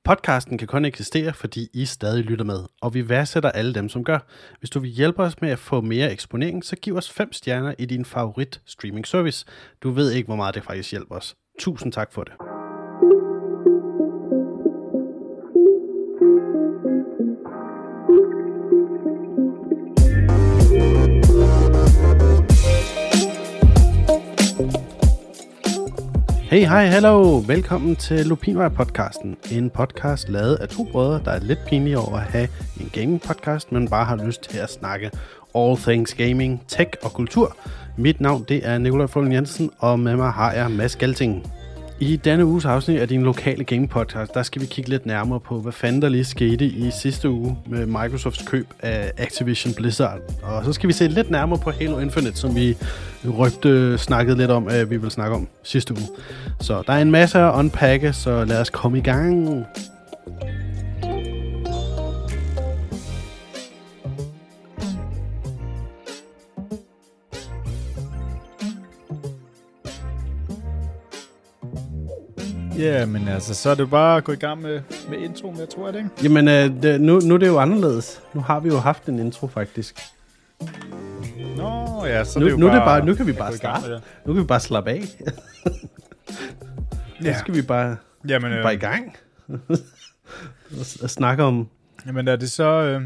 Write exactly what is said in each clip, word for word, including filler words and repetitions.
Podcasten kan kun eksistere, fordi I stadig lytter med, og vi værdsætter alle dem, som gør. Hvis du vil hjælpe os med at få mere eksponering, så giv os fem stjerner i din favorit streaming service. Du ved ikke, hvor meget det faktisk hjælper os. Tusind tak for det. Hey, hej, hallo. Velkommen til Lupinvej-podcasten. En podcast lavet af to brødre, der er lidt pinlige over at have en gaming-podcast, men bare har lyst til at snakke all things gaming, tech og kultur. Mit navn, det er Nikolaj Folden Jensen, og med mig har jeg Mads Galting. I denne uges afsnit af din lokale gaming-podcast, der skal vi kigge lidt nærmere på, hvad fanden der lige skete i sidste uge med Microsofts køb af Activision Blizzard. Og så skal vi se lidt nærmere på Halo Infinite, som vi rygte snakkede lidt om, at vi vil snakke om sidste uge. Så der er en masse at unpacke, så lad os komme i gang. Ja, yeah, men altså, så er det jo bare at gå i gang med, med introen, jeg tror jeg det, ikke? Jamen, øh, det, nu, nu er det jo anderledes. Nu har vi jo haft en intro, faktisk. Nå, ja, så nu, det er jo nu bare... Er det bare nu kan vi bare starte. Nu kan vi bare slappe af. Nu ja. skal vi bare, Jamen, øh, bare i gang. Og snakke om... Jamen, er det så... Øh...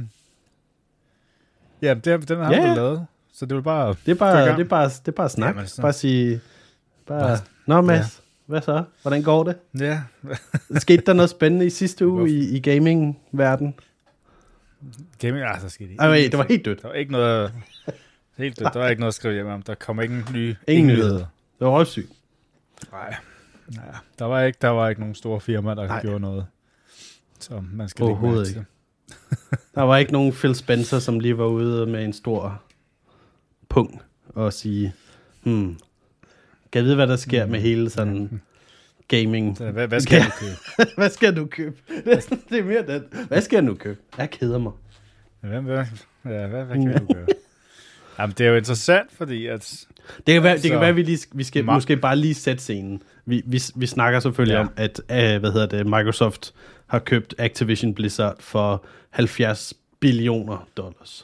Ja, det, den har ja. vi lavet. Så det er jo bare... Det er bare, det er bare, det er bare snak. Jamen, så... Bare sige... Bare... Bare... Nå, Mads. Ja. Hvad så? Hvordan går det? Ja. Skete der noget spændende i sidste uge i, i gaming-verden? Gaming? Ah, så skete det. Ej, det var helt dødt. Der var ikke noget... Helt dødt. Der var ikke noget at skrive hjem om. Der kom ikke nye... Ingen nyheder. Det var røvsygt. Nej. Ja, der var ikke, der var ikke nogen store firmaer, der Nej. gjorde noget. Så man skal lægge mærke til. Der var ikke nogen Phil Spencer, som lige var ude med en stor pung og sige, hmm, kan jeg vide, hvad der sker med hele sådan gaming? Så, hvad, hvad skal du købe? Hvad skal du købe? Det er, sådan, det er mere det. Hvad skal jeg nu købe? Jeg keder mig. Hvad, hvad, ja, hvad, hvad kan du gøre? Jamen, det er jo interessant, fordi at... Det kan være, det kan være vi, lige, vi skal ma- måske bare lige sætte scenen. Vi, vi, vi snakker selvfølgelig ja. om, at uh, hvad hedder det, Microsoft har købt Activision Blizzard for halvfjerds billioner dollars.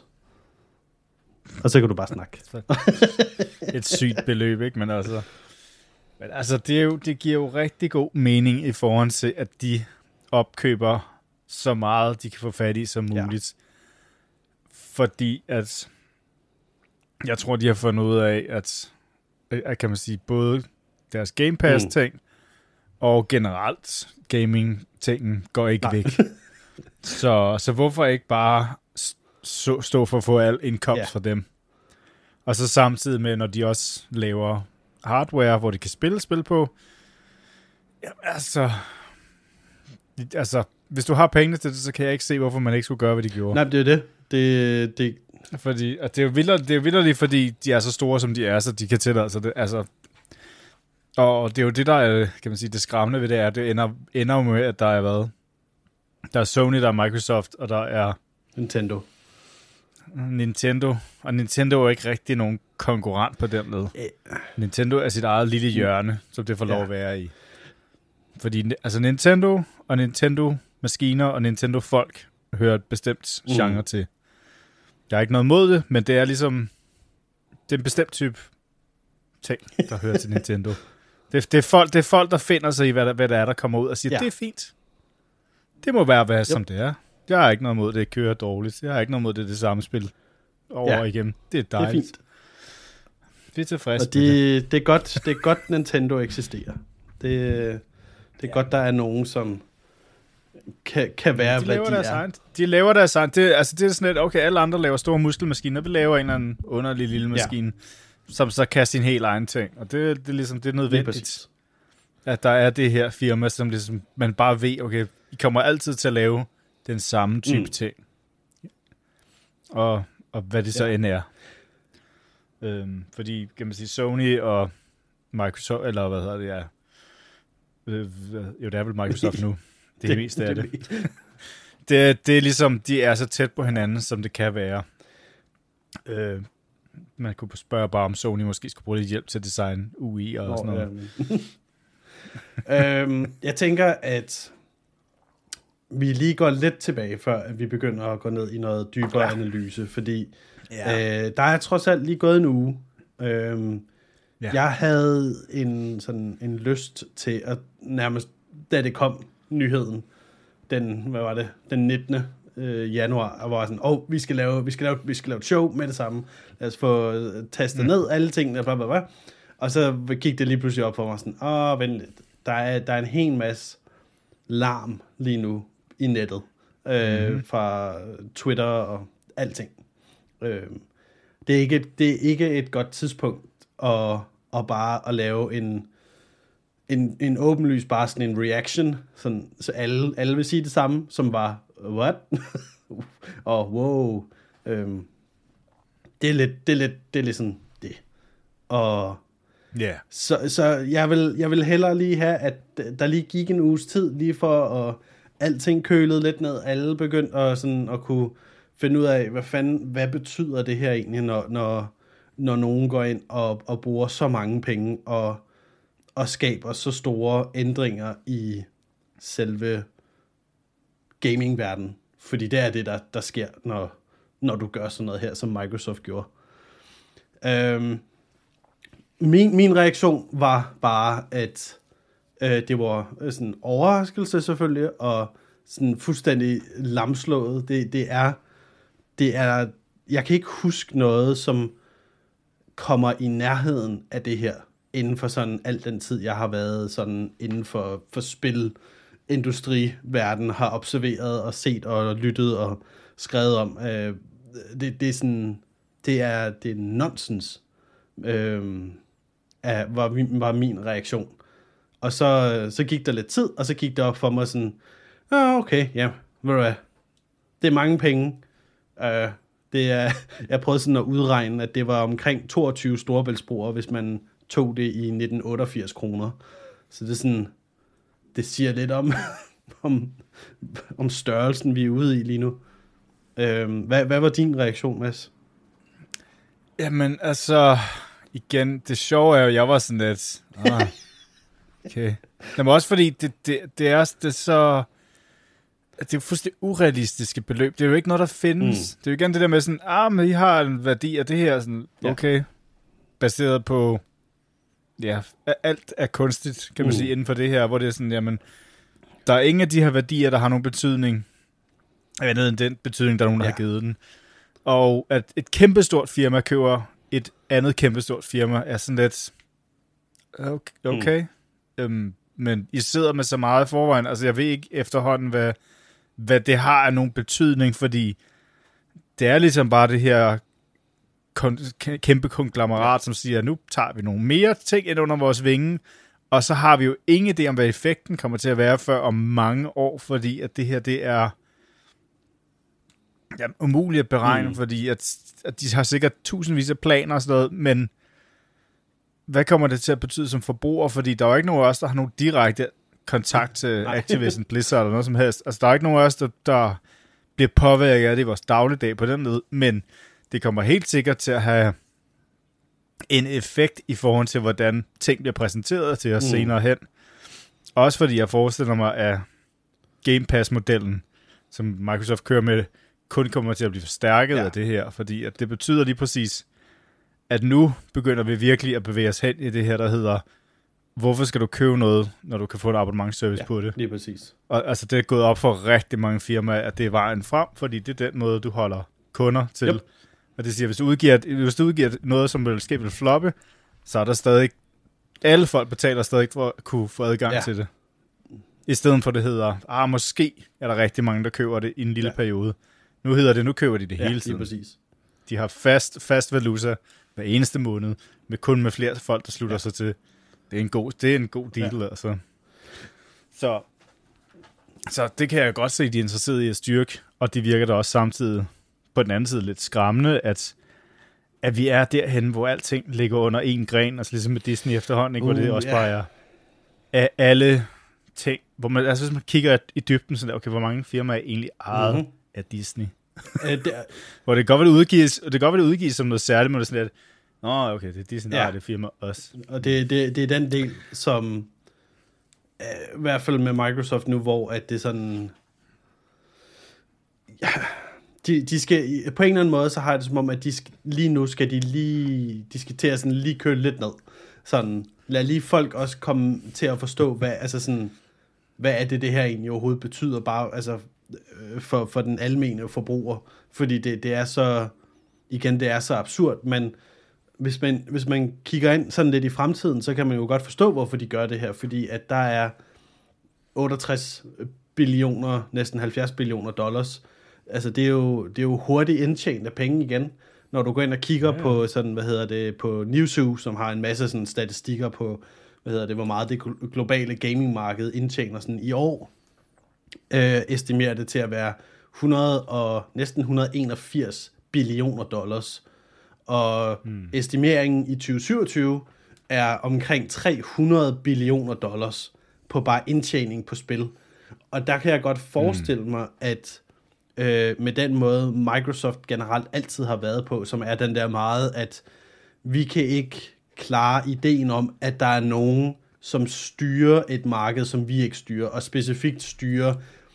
Og så kan du bare snakke. Et sygt beløb, ikke? Men altså, men altså det, er jo, det giver jo rigtig god mening i forhold til, at de opkøber så meget, de kan få fat i som muligt. Ja. Fordi at jeg tror, de har fundet ud af, at, at kan man sige, både deres Game Pass-ting mm. og generelt gaming-tingen går ikke Nej. væk. så, så hvorfor ikke bare stå, stå for at få al indkomst yeah. fra dem? Og så samtidig med, når de også laver hardware, hvor de kan spille spil på. Jamen altså, altså, hvis du har pengene til det, så kan jeg ikke se, hvorfor man ikke skulle gøre, hvad de gjorde. Nej, det er det. det, det Fordi, og det er jo vildt, det er vildt, fordi de er så store, som de er, så de kan tillade sig det. Altså, og det er jo det, der er, kan man sige, det skræmmende ved det er, det ender, ender med, at der er hvad? Der er Sony, der er Microsoft, og der er Nintendo. Nintendo. Og Nintendo er ikke rigtig nogen konkurrent på den led. Yeah. Nintendo Nintendo er sit eget lille hjørne, som det får lov at være i. Fordi altså Nintendo og Nintendo-maskiner og Nintendo-folk hører et bestemt genre mm. til. Jeg har ikke noget mod det, men det er ligesom... Det er en bestemt type ting, der hører til Nintendo. Det, det, er folk, det er folk, der finder sig i, hvad der, hvad der er, der kommer ud og siger, ja. det er fint. Det må være, hvad, som det er. Jeg har ikke noget mod det, det kører dårligt. Jeg har ikke noget mod det, det samme spil over ja. igen. Det er dejligt. Det er fint. Vi er tilfredse og det, det. er godt, det er godt, Nintendo eksisterer. Det, det er ja. godt, der er nogen, som... Kan, kan være, de hvad laver de deres er. Egen. De laver deres egen. Det, altså, det er sådan lidt, okay, alle andre laver store muskelmaskiner, vi laver en eller anden underlig lille maskine, ja. som så kan sin helt egen ting. Og det, det er ligesom, det er nødvendigt, at der er det her firma, som ligesom, man bare ved, okay, I kommer altid til at lave den samme type mm. ting. Og, og hvad det så ja. end er. Øhm, fordi, kan man sige, Sony og Microsoft, eller hvad hedder det, ja. Øh, jo, det er vel Microsoft nu. Det er mest af det. det. Det er ligesom, de er så tæt på hinanden, som det kan være. Øh, man kunne spørge bare, om Sony måske skulle bruge lidt hjælp til at designe U I og oh, sådan noget. øhm, jeg tænker, at vi lige går lidt tilbage, før at vi begynder at gå ned i noget dybere ja. analyse, fordi ja. øh, der er trods alt lige gået en uge. Øhm, ja. Jeg havde en, sådan, en lyst til at nærmest, da det kom, nyheden, den, hvad var det, den nittende januar, hvor jeg sådan, åh, oh, vi skal lave, vi skal lave, vi skal lave et show med det samme. Lad os få tastet mm. ned alle tingene, bla, bla, bla. Og så gik det lige pludselig op for mig sådan, åh, oh, vent lidt. Der er, der er en hel masse larm lige nu i nettet. Øh, mm. Fra Twitter og alting. Øh, det, er ikke, det er ikke et godt tidspunkt at, at bare at lave en en, en åbenlys bare sådan en reaction, sådan, så alle, alle vil sige det samme, som var, what? Og wow. Øhm, det er lidt, det er lidt, det er lidt sådan det. Og yeah. så, så jeg vil, jeg vil hellere lige have, at der lige gik en uges tid, lige for at alting kølede lidt ned, alle begyndte at, sådan, at kunne finde ud af, hvad fanden, hvad betyder det her egentlig, når, når, når nogen går ind og, og bruger så mange penge, og og skaber så store ændringer i selve gaming-verdenen. Fordi det er det, der, der sker, når, når du gør sådan noget her, som Microsoft gjorde. Øhm, min, min reaktion var bare, at øh, det var sådan en overraskelse selvfølgelig, og sådan fuldstændig lamslået. Det, det er, det er, jeg kan ikke huske noget, som kommer i nærheden af det her, inden for sådan al den tid, jeg har været sådan inden for, for spil-industriverdenen, har observeret og set og lyttet og skrevet om. Øh, det, det er sådan, det er, det er nonsens, øh, af, var, min, var min reaktion. Og så, så gik der lidt tid, og så gik det op for mig sådan, ah, okay, ja, ved du hvad, det er mange penge. Øh, det er, jeg prøvede sådan at udregne, at det var omkring toogtyve storebæltsbroer, hvis man tog det i nitten otteogfirs kroner. Så det er sådan, det siger lidt om, om, om størrelsen, vi er ude i lige nu. Øhm, hvad, hvad var din reaktion, Mads? Jamen, altså, igen, det sjove er jo, jeg var sådan lidt, ah, okay. Jamen også fordi, det, det, det, er, det er så, det er jo fuldstændig urealistiske beløb. Det er jo ikke noget, der findes. Mm. Det er jo igen det der med sådan, ah, men I har en værdi af det her, sådan, okay, ja. Baseret på, ja, alt er kunstigt, kan man mm. sige, inden for det her, hvor det er sådan, jamen, der er ingen af de her værdier, der har nogen betydning, andet end den betydning, der er nogen, der ja. har givet den. Og at et kæmpestort firma køber et andet kæmpestort firma, er sådan lidt, okay, okay. Mm. Øhm, men I sidder med så meget i forvejen, altså jeg ved ikke efterhånden, hvad, hvad det har af nogen betydning, fordi det er ligesom bare det her kon- kæmpe konglomerat, som siger, nu tager vi nogle mere ting ind under vores vinge, og så har vi jo ingen idé om, hvad effekten kommer til at være før om mange år, fordi at det her, det er ja, umuligt at beregne, mm. fordi at, at de har sikkert tusindvis af planer og sådan noget, men hvad kommer det til at betyde som forbruger? Fordi der er jo ikke nogen af os, der har nogen direkte kontakt til Activision Blizzard eller noget som helst. Altså, der er ikke nogen af os, der, der bliver påvirket af det i vores dagligdag på den måde, men det kommer helt sikkert til at have en effekt i forhold til, hvordan ting bliver præsenteret til os mm. senere hen. Også fordi jeg forestiller mig, at Game Pass-modellen, som Microsoft kører med, kun kommer til at blive forstærket ja. af det her, fordi at det betyder lige præcis, at nu begynder vi virkelig at bevæge os hen i det her, der hedder, hvorfor skal du købe noget, når du kan få en abonnementsservice ja, på det? Lige præcis. Og altså, det er gået op for rigtig mange firmaer, at det er vejen frem, fordi det er den måde, du holder kunder til. Yep. Og det siger, hvis du udgiver, hvis du udgiver noget, som vil ske vil floppe, så er der stadig, alle folk betaler stadig for at kunne få adgang ja. til det. I stedet for det hedder, ah, måske er der rigtig mange, der køber det i en lille ja. periode. Nu hedder det, nu køber de det ja, hele tiden. Præcis. De har fast, fast valuta hver eneste måned, med kun med flere folk, der slutter ja. sig til. Det er en god, det er en god deal, ja. altså. Så, så det kan jeg godt se, de er interesserede i at styrke, og det virker da også samtidig på den anden side lidt skræmmende, at, at vi er derhen, hvor alting ligger under en gren, altså ligesom med Disney efterhånden, ikke, uh, hvor det også yeah. bare er af alle ting, hvor man, altså hvis man kigger i dybden, sådan der, okay, hvor mange firmaer er egentlig ejet mm-hmm. af Disney? Uh, det er... hvor det kan godt være, det udgives, og det kan godt være, det udgives som noget særligt, men det er sådan lidt, nå, okay, det er Disney, der ja. er det firma også. Og det, det, det er den del, som uh, i hvert fald med Microsoft nu, hvor at det sådan, ja, de, de skal, på en eller anden måde, så har jeg det som om, at de skal, lige nu skal de lige, de skal til at sådan lige køle lidt ned. Sådan, lad lige folk også komme til at forstå, hvad, altså sådan, hvad er det, det her egentlig overhovedet betyder, bare altså, for, for den almene forbruger. Fordi det, det er så, igen, det er så absurd, men hvis man, hvis man kigger ind sådan lidt i fremtiden, så kan man jo godt forstå, hvorfor de gør det her, fordi at der er otteogtres billioner, næsten halvfjerds billioner dollars. Altså det er jo, det er jo hurtigt indtjent af penge igen, når du går ind og kigger ja, ja. på sådan, hvad hedder det, på Newzoo, som har en masse sådan statistikker på, hvad hedder det, hvor meget det globale gamingmarked indtjener sådan i år, øh, estimerer det til at være hundrede og næsten et hundrede og enogfirs billioner dollars. Og hmm. estimeringen i tyve syvogtyve er omkring tre hundrede billioner dollars på bare indtjening på spil. Og der kan jeg godt forestille hmm. mig, at øh, med den måde Microsoft generelt altid har været på, som er den der meget, at vi kan ikke klare ideen om, at der er nogen, som styrer et marked, som vi ikke styrer, og specifikt styrer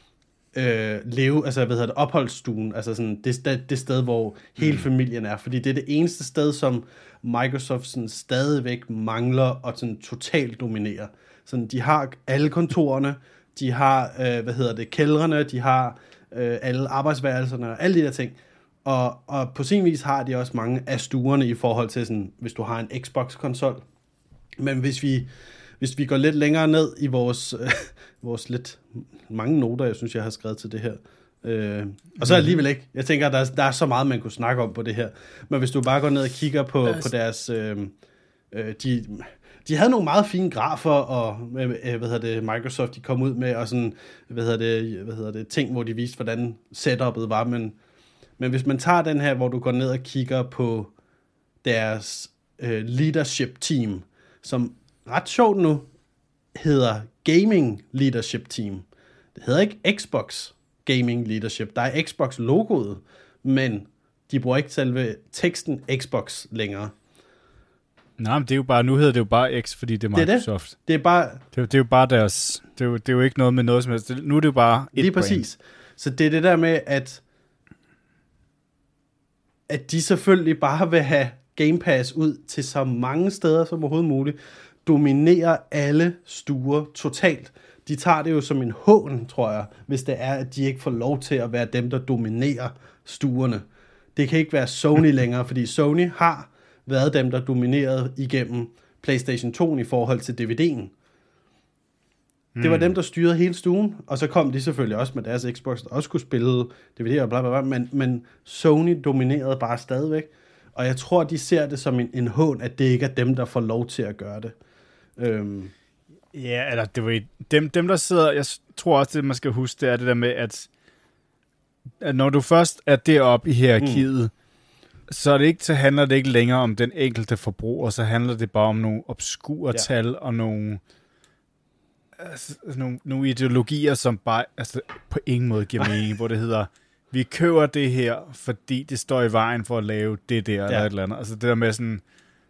øh, leve, altså hvad hedder det, opholdsstuen, altså sådan det, sted, det sted, hvor hele familien er, fordi det er det eneste sted, som Microsoft sådan stadigvæk mangler og sådan totalt dominerer. Sådan, de har alle kontorerne, de har, øh, hvad hedder det, kældrene, de har øh, alle arbejdsværelserne og alle de der ting, og, og på sin vis har de også mange af stuerne i forhold til sådan, hvis du har en Xbox-konsol. Men hvis vi Hvis vi går lidt længere ned i vores, øh, vores lidt mange noter, jeg synes, jeg har skrevet til det her. Øh, og så alligevel ikke. Jeg tænker, der er, der er så meget, man kunne snakke om på det her. Men hvis du bare går ned og kigger på, yes. på deres... Øh, øh, de, de havde nogle meget fine grafer, og øh, hvad hedder det, Microsoft, de kom ud med, og sådan, hvad hedder det, hvad hedder det, ting, hvor de viste, hvordan setup'et var. Men, men hvis man tager den her, hvor du går ned og kigger på deres øh, leadership team, som ret sjovt nu hedder Gaming Leadership Team. Det hedder ikke Xbox Gaming Leadership. Der er Xbox-logoet, men de bruger ikke selve teksten Xbox længere. Nej, men det er jo bare, nu hedder det jo bare X, fordi det er Microsoft. Det er, det. Det er bare... Det er, det er jo bare deres... Det er jo, det er jo ikke noget med noget som helst. Nu er det jo bare et lige præcis. Brand. Så det er det der med, at at de selvfølgelig bare vil have Game Pass ud til så mange steder som overhovedet muligt, dominerer alle stuer totalt. De tager det jo som en hån, tror jeg, hvis det er, at de ikke får lov til at være dem, der dominerer stuerne. Det kan ikke være Sony længere, fordi Sony har været dem, der dominerede igennem PlayStation to i forhold til D V D'en. Mm. Det var dem, der styrede hele stuen, og så kom de selvfølgelig også med deres Xbox, der også skulle spille D V D'er og bla bla bla, men, men Sony dominerede bare stadigvæk. Og jeg tror, de ser det som en, en hån, at det ikke er dem, der får lov til at gøre det. Øhm. Ja, eller det var dem, dem, der sidder... Jeg tror også, det man skal huske, det er det der med, at, at når du først er deroppe i hierarkiet, mm. så er det ikke, så handler det ikke længere om den enkelte forbruger, så handler det bare om nogle obskure ja. tal og nogle, altså, nogle, nogle ideologier, som bare altså, på ingen måde giver mening, hvor det hedder... Vi køber det her, fordi det står i vejen for at lave det der, ja. eller et eller andet. Altså det der med sådan,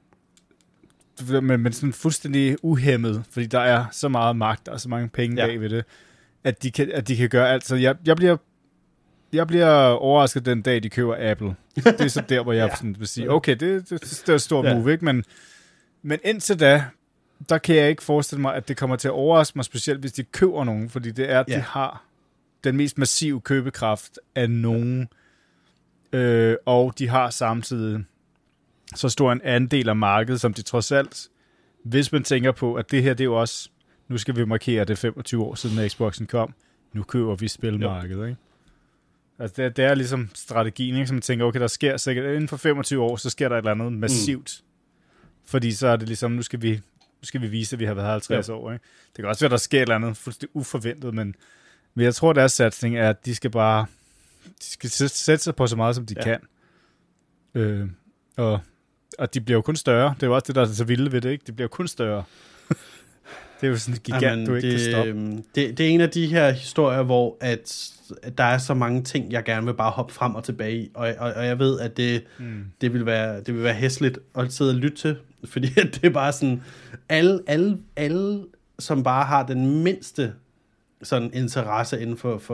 men, men sådan fuldstændig uhæmmet, fordi der er så meget magt og så mange penge ja. bag ved det, at de kan, at de kan gøre alt. Så jeg, jeg, bliver, jeg bliver overrasket den dag, de køber Apple. Det er så der, hvor jeg ja. sådan vil sige, okay, det, det, det er et stort ja. move, ikke? Men, men indtil da, der kan jeg ikke forestille mig, at det kommer til at overraske mig, specielt hvis de køber nogen, fordi det er, at ja. de har den mest massive købekraft af nogen, øh, og de har samtidig så stor en andel af markedet, som de trods alt, hvis man tænker på, at det her, det er jo også, nu skal vi markere det femogtyve år siden, at Xboxen kom, nu køber vi spilmarkedet, ikke? Altså det, det er ligesom strategien, ikke? Som man tænker, okay, der sker sikkert, inden for femogtyve år, så sker der et eller andet massivt, mm. fordi så er det ligesom, nu skal vi, nu skal vi vise, at vi har været halvtreds ja. år, ikke? Det kan også være, at der sker et eller andet fuldstændig uforventet, men Men jeg tror, deres satsning er, at de skal bare de skal sætte sig på så meget, som de ja. kan. Øh, og, og de bliver jo kun større. Det er jo også det, der er så vilde ved det, ikke? De bliver jo kun større. Det er jo sådan en gigant, Jamen, du ikke det, kan stoppe. Det, det er en af de her historier, hvor at, at der er så mange ting, jeg gerne vil bare hoppe frem og tilbage i. Og, og, og jeg ved, at det, mm. det, vil være, det vil være hæsligt at sidde og lytte til. Fordi det er bare sådan, alle, alle, alle som bare har den mindste sådan interesse inden for, for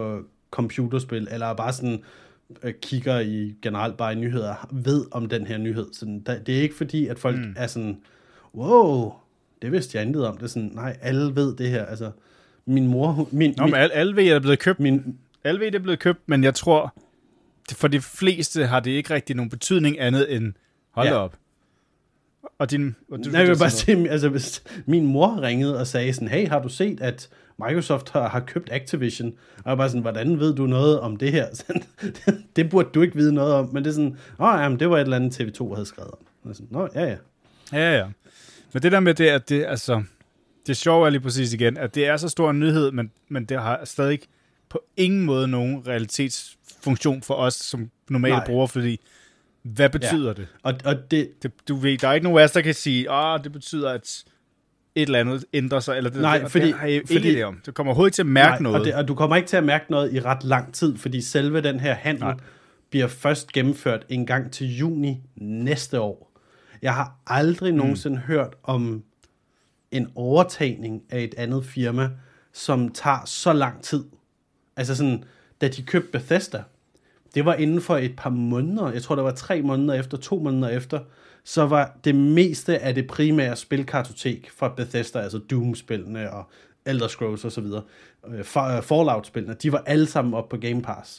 computerspil, eller bare sådan øh, kigger i generelt bare i nyheder, ved om den her nyhed. Sådan, der, det er ikke fordi, at folk mm. er sådan, wow, det vidste jeg intet om. Det er sådan, nej, alle ved det her. Altså, min mor... Hun, min, Nå, min, men alle, alle ved, at det er blevet købt. Min, alle ved, at det er blevet købt, men jeg tror, for de fleste har det ikke rigtig nogen betydning andet end, hold ja. op. Og din... Og du, nej, jeg vil bare sige, altså, hvis min mor ringede og sagde sådan, hey, har du set, at Microsoft har, har købt Activision? Og jeg var bare sådan, hvordan ved du noget om det her? Det burde du ikke vide noget om. Men det er sådan, åh, oh, jamen, det var et eller andet T V to havde skrevet om. Og sådan, nå, ja, ja. Ja, ja. Men det der med det, at det, altså, det sjove er lige præcis igen, at det er så stor en nyhed, men, men det har stadig på ingen måde nogen realitetsfunktion for os, som normalt bruger, fordi hvad betyder ja. det? Og, og det, det? Du ved, der er ikke nogen af os, der kan sige, åh, oh, det betyder, at et eller andet ændrer sig, eller det, nej, det, fordi, det har jeg fordi, ikke det om. Du kommer overhovedet ikke til at mærke nej, noget. Og, det, og du kommer ikke til at mærke noget i ret lang tid, fordi selve den her handel nej. bliver først gennemført en gang til juni næste år. Jeg har aldrig mm. nogensinde hørt om en overtagning af et andet firma, som tager så lang tid. Altså sådan, da de købte Bethesda, det var inden for et par måneder, jeg tror det var tre måneder efter, to måneder efter, så var det meste af det primære spilkartotek fra Bethesda, altså Doom-spillene og Elder Scrolls og så videre, Fallout-spillene, de var alle sammen op på Game Pass.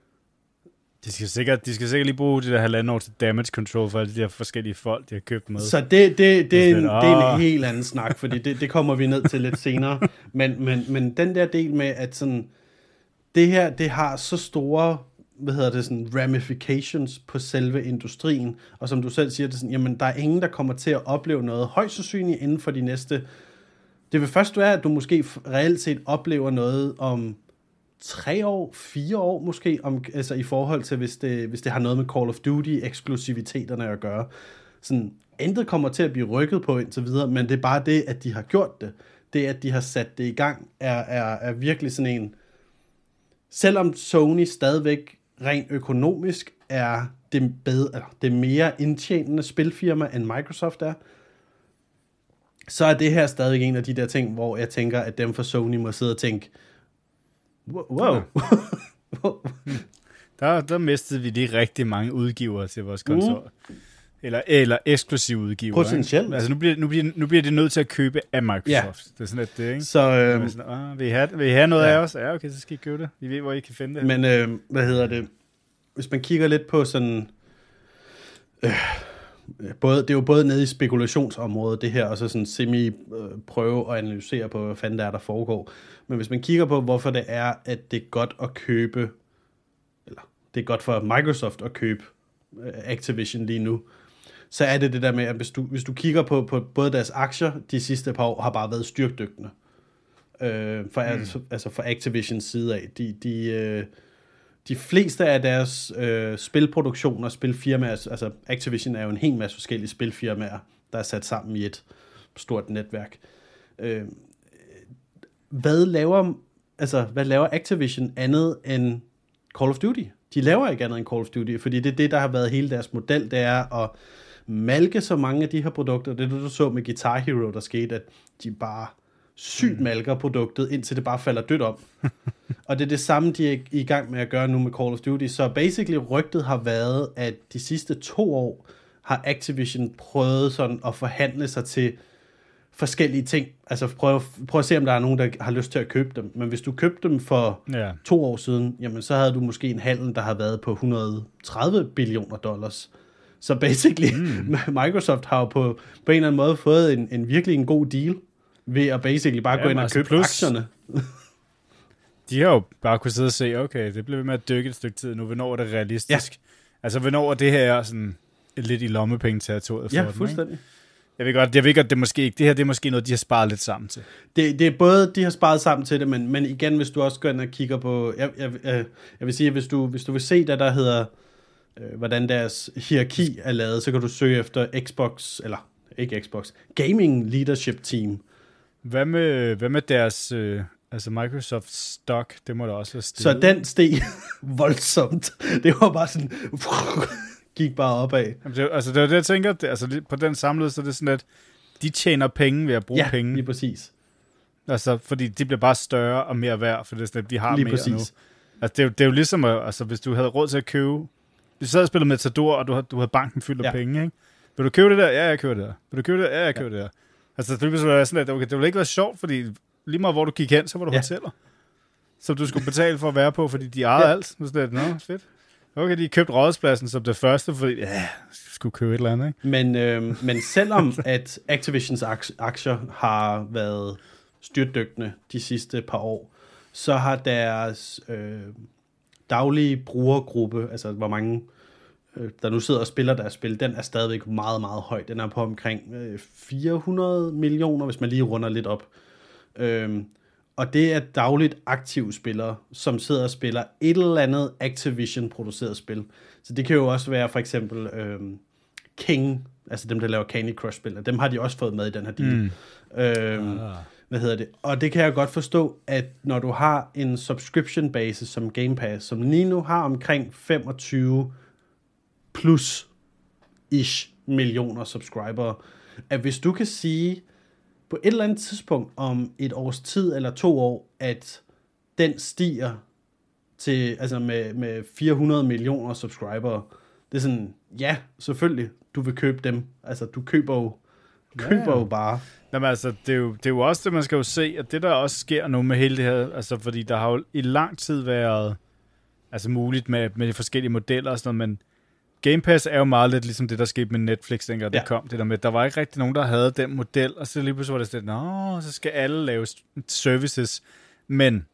De skal sikkert, de skal sikkert lige bruge det der halvanden år til damage control for alle de her forskellige folk, de har købt med. Så det, det, det, det, er, en, det er en helt anden snak, fordi det, det kommer vi ned til lidt senere. Men, men, men den der del med, at sådan, det her, det har så store, hvad hedder det, sådan ramifications på selve industrien, og som du selv siger, det sådan, jamen der er ingen, der kommer til at opleve noget højst sandsynligt inden for de næste. Det vil først være, at du måske reelt set oplever noget om tre år, fire år måske, om, altså i forhold til, hvis det, hvis det har noget med Call of Duty-eksklusiviteterne at gøre. Sådan, intet kommer til at blive rykket på indtil videre, men det er bare det, at de har gjort det. Det, at de har sat det i gang, er, er, er virkelig sådan en... Selvom Sony stadigvæk rent økonomisk er det, bedre, eller det mere indtjenende spilfirma, end Microsoft er, så er det her stadig en af de der ting, hvor jeg tænker, at dem fra Sony må sidde og tænke, wow. der, der mistede vi lige rigtig mange udgivere til vores konsol. Mm. Eller, eller eksklusive udgivere. Potentielt. Altså nu bliver, nu, bliver, nu bliver det nødt til at købe af Microsoft. Ja. Det er sådan lidt det, ikke? Så, øhm, sådan, ah, vil, I have, vil I have noget ja. af os? Ja, okay, så skal I købe det. Vi ved, hvor I kan finde det. Men øh, hvad hedder det? Hvis man kigger lidt på sådan... Øh, både, det er jo både nede i spekulationsområdet, det her, og så sådan semi-prøve og analysere på, hvad fanden der er, der foregår. Men hvis man kigger på, hvorfor det er, at det er godt at købe, eller det er godt for Microsoft at købe Activision lige nu, så er det det der med, at hvis du, hvis du kigger på, på både deres aktier de sidste par år, har bare været styrtdygtende. Øh, for, mm. altså, altså for Activisions side af. De, de, øh, de fleste af deres øh, spilproduktioner, spilfirmaer, altså Activision er jo en hel masse forskellige spilfirmaer, der er sat sammen i et stort netværk. Øh, hvad laver altså hvad laver Activision andet end Call of Duty? De laver ikke andet end Call of Duty, fordi det er det, der har været hele deres model, det er at malke så mange af de her produkter. Det er det, du så med Guitar Hero, der skete, at de bare sygt malker produktet, indtil det bare falder dødt om. Og det er det samme, de er i gang med at gøre nu med Call of Duty. Så basically rygtet har været, at de sidste to år har Activision prøvet sådan at forhandle sig til forskellige ting. Altså prøv, prøv at se, om der er nogen, der har lyst til at købe dem. Men hvis du købte dem for ja. to år siden, jamen så havde du måske en handel, der har været på et hundrede og tredive billioner dollars. Så basically, mm. Microsoft har jo på, på en eller anden måde fået en, en virkelig en god deal, ved at basically bare ja, gå ind og altså købe plus, aktierne. De har jo bare kunnet sidde og se, okay, det bliver ved med at dykke et stykke tid nu. Hvornår er det realistisk? Ja. Altså, hvornår er det her sådan lidt i lommepenge-territoriet for ja, dem, fuldstændig. Ikke? Jeg ved godt, jeg ved godt, det måske ikke. Det her det er måske noget, de har sparet lidt sammen til. Det, det er både, de har sparet sammen til det, men, men igen, hvis du også går ind og kigger på, jeg, jeg, jeg, jeg vil sige, hvis du, hvis du vil se, der der hedder, øh, hvordan deres hierarki er lavet, så kan du søge efter Xbox, eller ikke Xbox, Gaming Leadership Team. Hvad med, hvad med deres, øh, altså Microsoft stock, det må da også være steget. Så den steg voldsomt. Det var bare sådan, gik bare opad. Jamen, det, altså det er det, jeg tænker, det, altså på den samlede, så er det sådan, at de tjener penge ved at bruge ja, penge. Ja, lige præcis. Altså, fordi de bliver bare større og mere værd, for det er sådan, at de har lige mere præcis. nu. Altså, det er, jo, det er jo ligesom, at, altså, hvis du havde råd til at købe... Hvis du sad og spillede Matador, og du havde, du havde banken fyldt af ja. penge, ikke? Vil du købe det der? Ja, jeg køber det der. Vil du købe det der? Ja, jeg køber ja. det der. Altså, det ville være sådan, at okay, det ville ikke være sjovt, fordi lige meget hvor du gik hen, så var du ja. hoteller. Som du skulle betale for at være på, fordi de ejede ja. alt. Så det, nå, fedt. Okay, de købte Rådhuspladsen som det første, fordi ja, jeg skulle købe et eller andet, ikke? Men, øh, men selvom at Activisions aktier har været styrtdykkende de sidste par år, så har deres øh, daglige brugergruppe, altså hvor mange øh, der nu sidder og spiller deres spil, den er stadigvæk meget, meget høj. Den er på omkring øh, fire hundrede millioner, hvis man lige runder lidt op. Øh, Og det er dagligt aktive spillere, som sidder og spiller et eller andet Activision-produceret spil. Så det kan jo også være for eksempel øhm, King, altså dem, der laver Candy Crush-spil. Dem har de også fået med i den her deal. Mm. Øhm, ah. Hvad hedder det? Og det kan jeg godt forstå, at når du har en subscription-base som Game Pass, som lige nu har omkring femogtyve plus-ish millioner subscribere, at hvis du kan sige på et eller andet tidspunkt om et års tid eller to år, at den stiger til, altså med, med fire hundrede millioner subscribere, det er sådan, ja, selvfølgelig, du vil købe dem. Altså, du køber jo, køber ja. jo bare. Jamen altså, det er, jo, det er jo også det, man skal jo se, at det der også sker nu med hele det her, altså fordi der har jo i lang tid været altså muligt med, med de forskellige modeller og sådan noget, men Game Pass er jo meget lidt ligesom det, der skete med Netflix, dengang det ja. kom. Det der med, der var ikke rigtig nogen, der havde den model, og så lige pludselig var det sådan, nå, så skal alle lave services. Men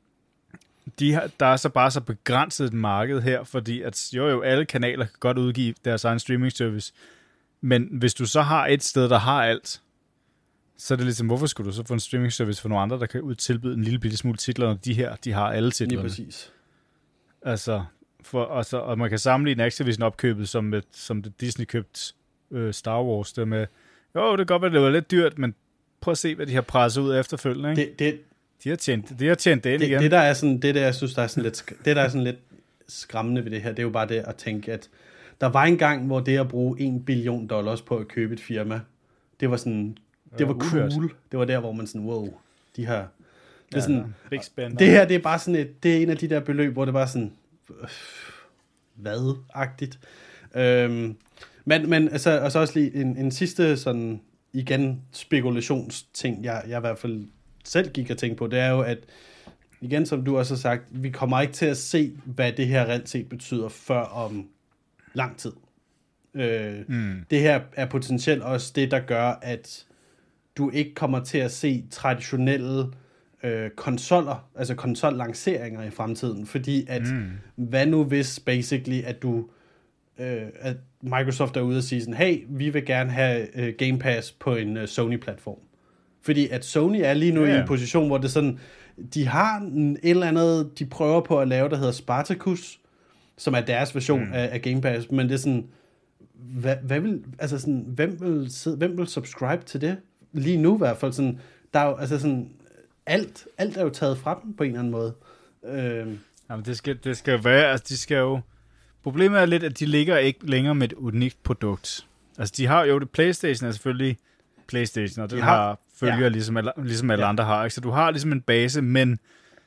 de har, der er så bare så begrænset et marked her, fordi at jo jo, alle kanaler kan godt udgive deres egen streaming service. Men hvis du så har et sted, der har alt, så er det ligesom, hvorfor skulle du så få en streaming service for nogle andre, der kan ud tilbyde en lille bitte smule titler, når de her, de har alle titlerne. Lige præcis. Altså... For, og, så, og man kan sammenligne Activision-opkøbet, som, med, som det Disney købt øh, Star Wars, det med, jo, det kan godt være, det var lidt dyrt, men prøv at se, hvad de har presset ud efterfølgende, ikke? Det, det, de har tjent, de har tjent det ind det, igen. Det, der er sådan, det der, jeg synes, der er sådan lidt, det, der er sådan lidt skræmmende ved det her, det er jo bare det at tænke, at der var en gang, hvor det at bruge en billion dollars på at købe et firma, det var sådan, det var cool. Det var der, hvor man sådan, wow, de har, det er sådan, big spend. Det her, det er bare sådan et, det er en af de der beløb, hvor det bare sådan, hvad-agtigt. Øhm, men, men altså, og så også lige en, en sidste sådan, igen, spekulationsting, jeg, jeg i hvert fald selv gik og tænkte på, det er jo, at igen, som du også har sagt, vi kommer ikke til at se, hvad det her reelt set betyder, før om lang tid. Øh, mm. Det her er potentielt også det, der gør, at du ikke kommer til at se traditionelle øh, konsoller, altså konsollanceringer i fremtiden, fordi at, mm. hvad nu hvis basically, at du øh, at Microsoft er ude og sige sådan, hey, vi vil gerne have øh, Game Pass på en øh, Sony-platform. Fordi at Sony er lige nu yeah. i en position, hvor det sådan, de har en, et eller andet, de prøver på at lave, der hedder Spartacus, som er deres version mm. af, af Game Pass, men det er sådan, hvad, hvad vil, altså sådan, hvem vil, sidde, hvem vil subscribe til det? Lige nu i hvert fald, sådan, der er jo, altså sådan, alt, alt er jo taget fra dem på en eller anden måde. Øh. Jamen, det skal, det skal være, altså de skal jo, problemet er lidt, at de ligger ikke længere med et unikt produkt. Altså, de har jo det, PlayStation er selvfølgelig PlayStation, og den de har, har følger, ja. ligesom alle, ligesom alle ja. andre har, ikke? Så du har ligesom en base, men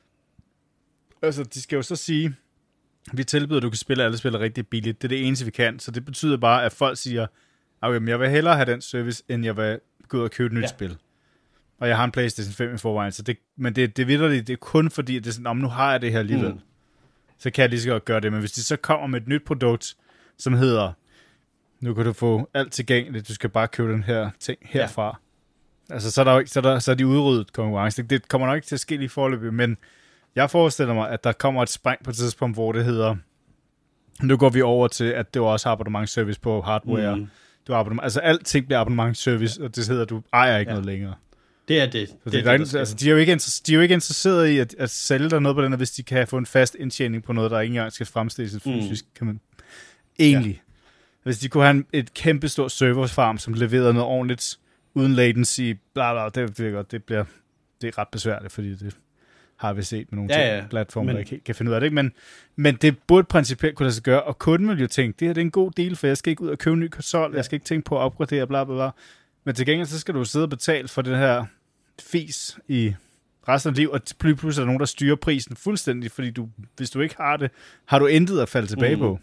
altså, de skal jo så sige, vi tilbyder, at du kan spille alle spiller rigtig billigt. Det er det eneste, vi kan. Så det betyder bare, at folk siger, okay, men jeg vil hellere have den service, end jeg vil gå ud og købe et nyt ja. spil. Og jeg har en PlayStation fem i forvejen, så det, men det, det vitterligt, det er kun fordi, at det er sådan, om nu har jeg det her alligevel. Mm. Så kan jeg lige så godt gøre det. Men hvis de så kommer med et nyt produkt, som hedder, nu kan du få alt tilgængeligt, du skal bare købe den her ting herfra. Ja. Altså, så er, der ikke, så, er der, så er de udryddet konkurrence. Det, det kommer nok ikke til at ske lige forløbet, men jeg forestiller mig, at der kommer et spring på et tidspunkt, hvor det hedder, nu går vi over til, at det også har abonnementsservice på hardware. Mm. Du har abonnement, altså alting bliver abonnementsservice, og det hedder, at du ejer ikke ja. noget længere. Det er det. Så det, det, er der det er, altså, de, er jo ikke de er jo ikke interesseret i at, at sælge dig noget på den, hvis de kan få en fast indtjening på noget, der ikke engang skal fremstilles fysisk, mm. kan man egentlig. Ja. Hvis de kunne have en, et kæmpe stort serverfarm, som leverede noget ordentligt, uden latency, bla bla, det, det, det bliver det er ret besværligt, fordi det har vi set med nogle ja, ja. platformer, men, der ikke kan finde ud af det. Ikke? Men, men det burde principielt kunne lade sig gøre, og kunden vil jo tænke, det her det er en god deal, for jeg skal ikke ud og købe en ny konsol, ja. jeg skal ikke tænke på at opgradere, bla bla bla. Men til gengæld, så skal du sidde og betale for det her fis i resten af livet, og pludselig er der nogen, der styrer prisen fuldstændig, fordi du, hvis du ikke har det, har du intet at falde tilbage mm. på.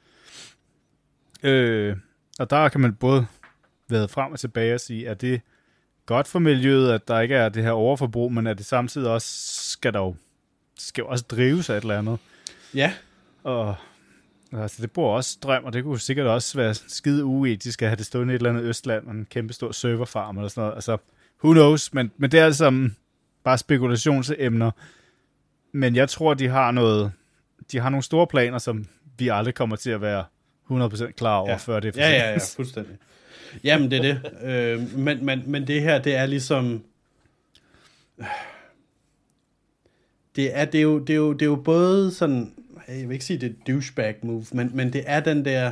Øh, og der kan man både være frem og tilbage og sige, at det godt for miljøet, at der ikke er det her overforbrug, men at det samtidig også skal der jo, skal jo også drives af et eller andet. Ja. Og altså, det bruger også strøm, og det kunne sikkert også være skide uetisk at have det stående i et eller andet Østland, og en kæmpe stor serverfarm eller sådan noget. Altså, who knows, men, men det er altså bare spekulationsemner. Men jeg tror, de har noget, de har nogle store planer, som vi aldrig kommer til at være hundrede procent klar over, ja. før det er for ja, ja, ja, fuldstændig. Jamen, det er det. øh, men, men, men det her, det er ligesom... Det er, det, er jo, det, er jo, det er jo både sådan... Jeg vil ikke sige, det er douchebag move, men, men det er den der...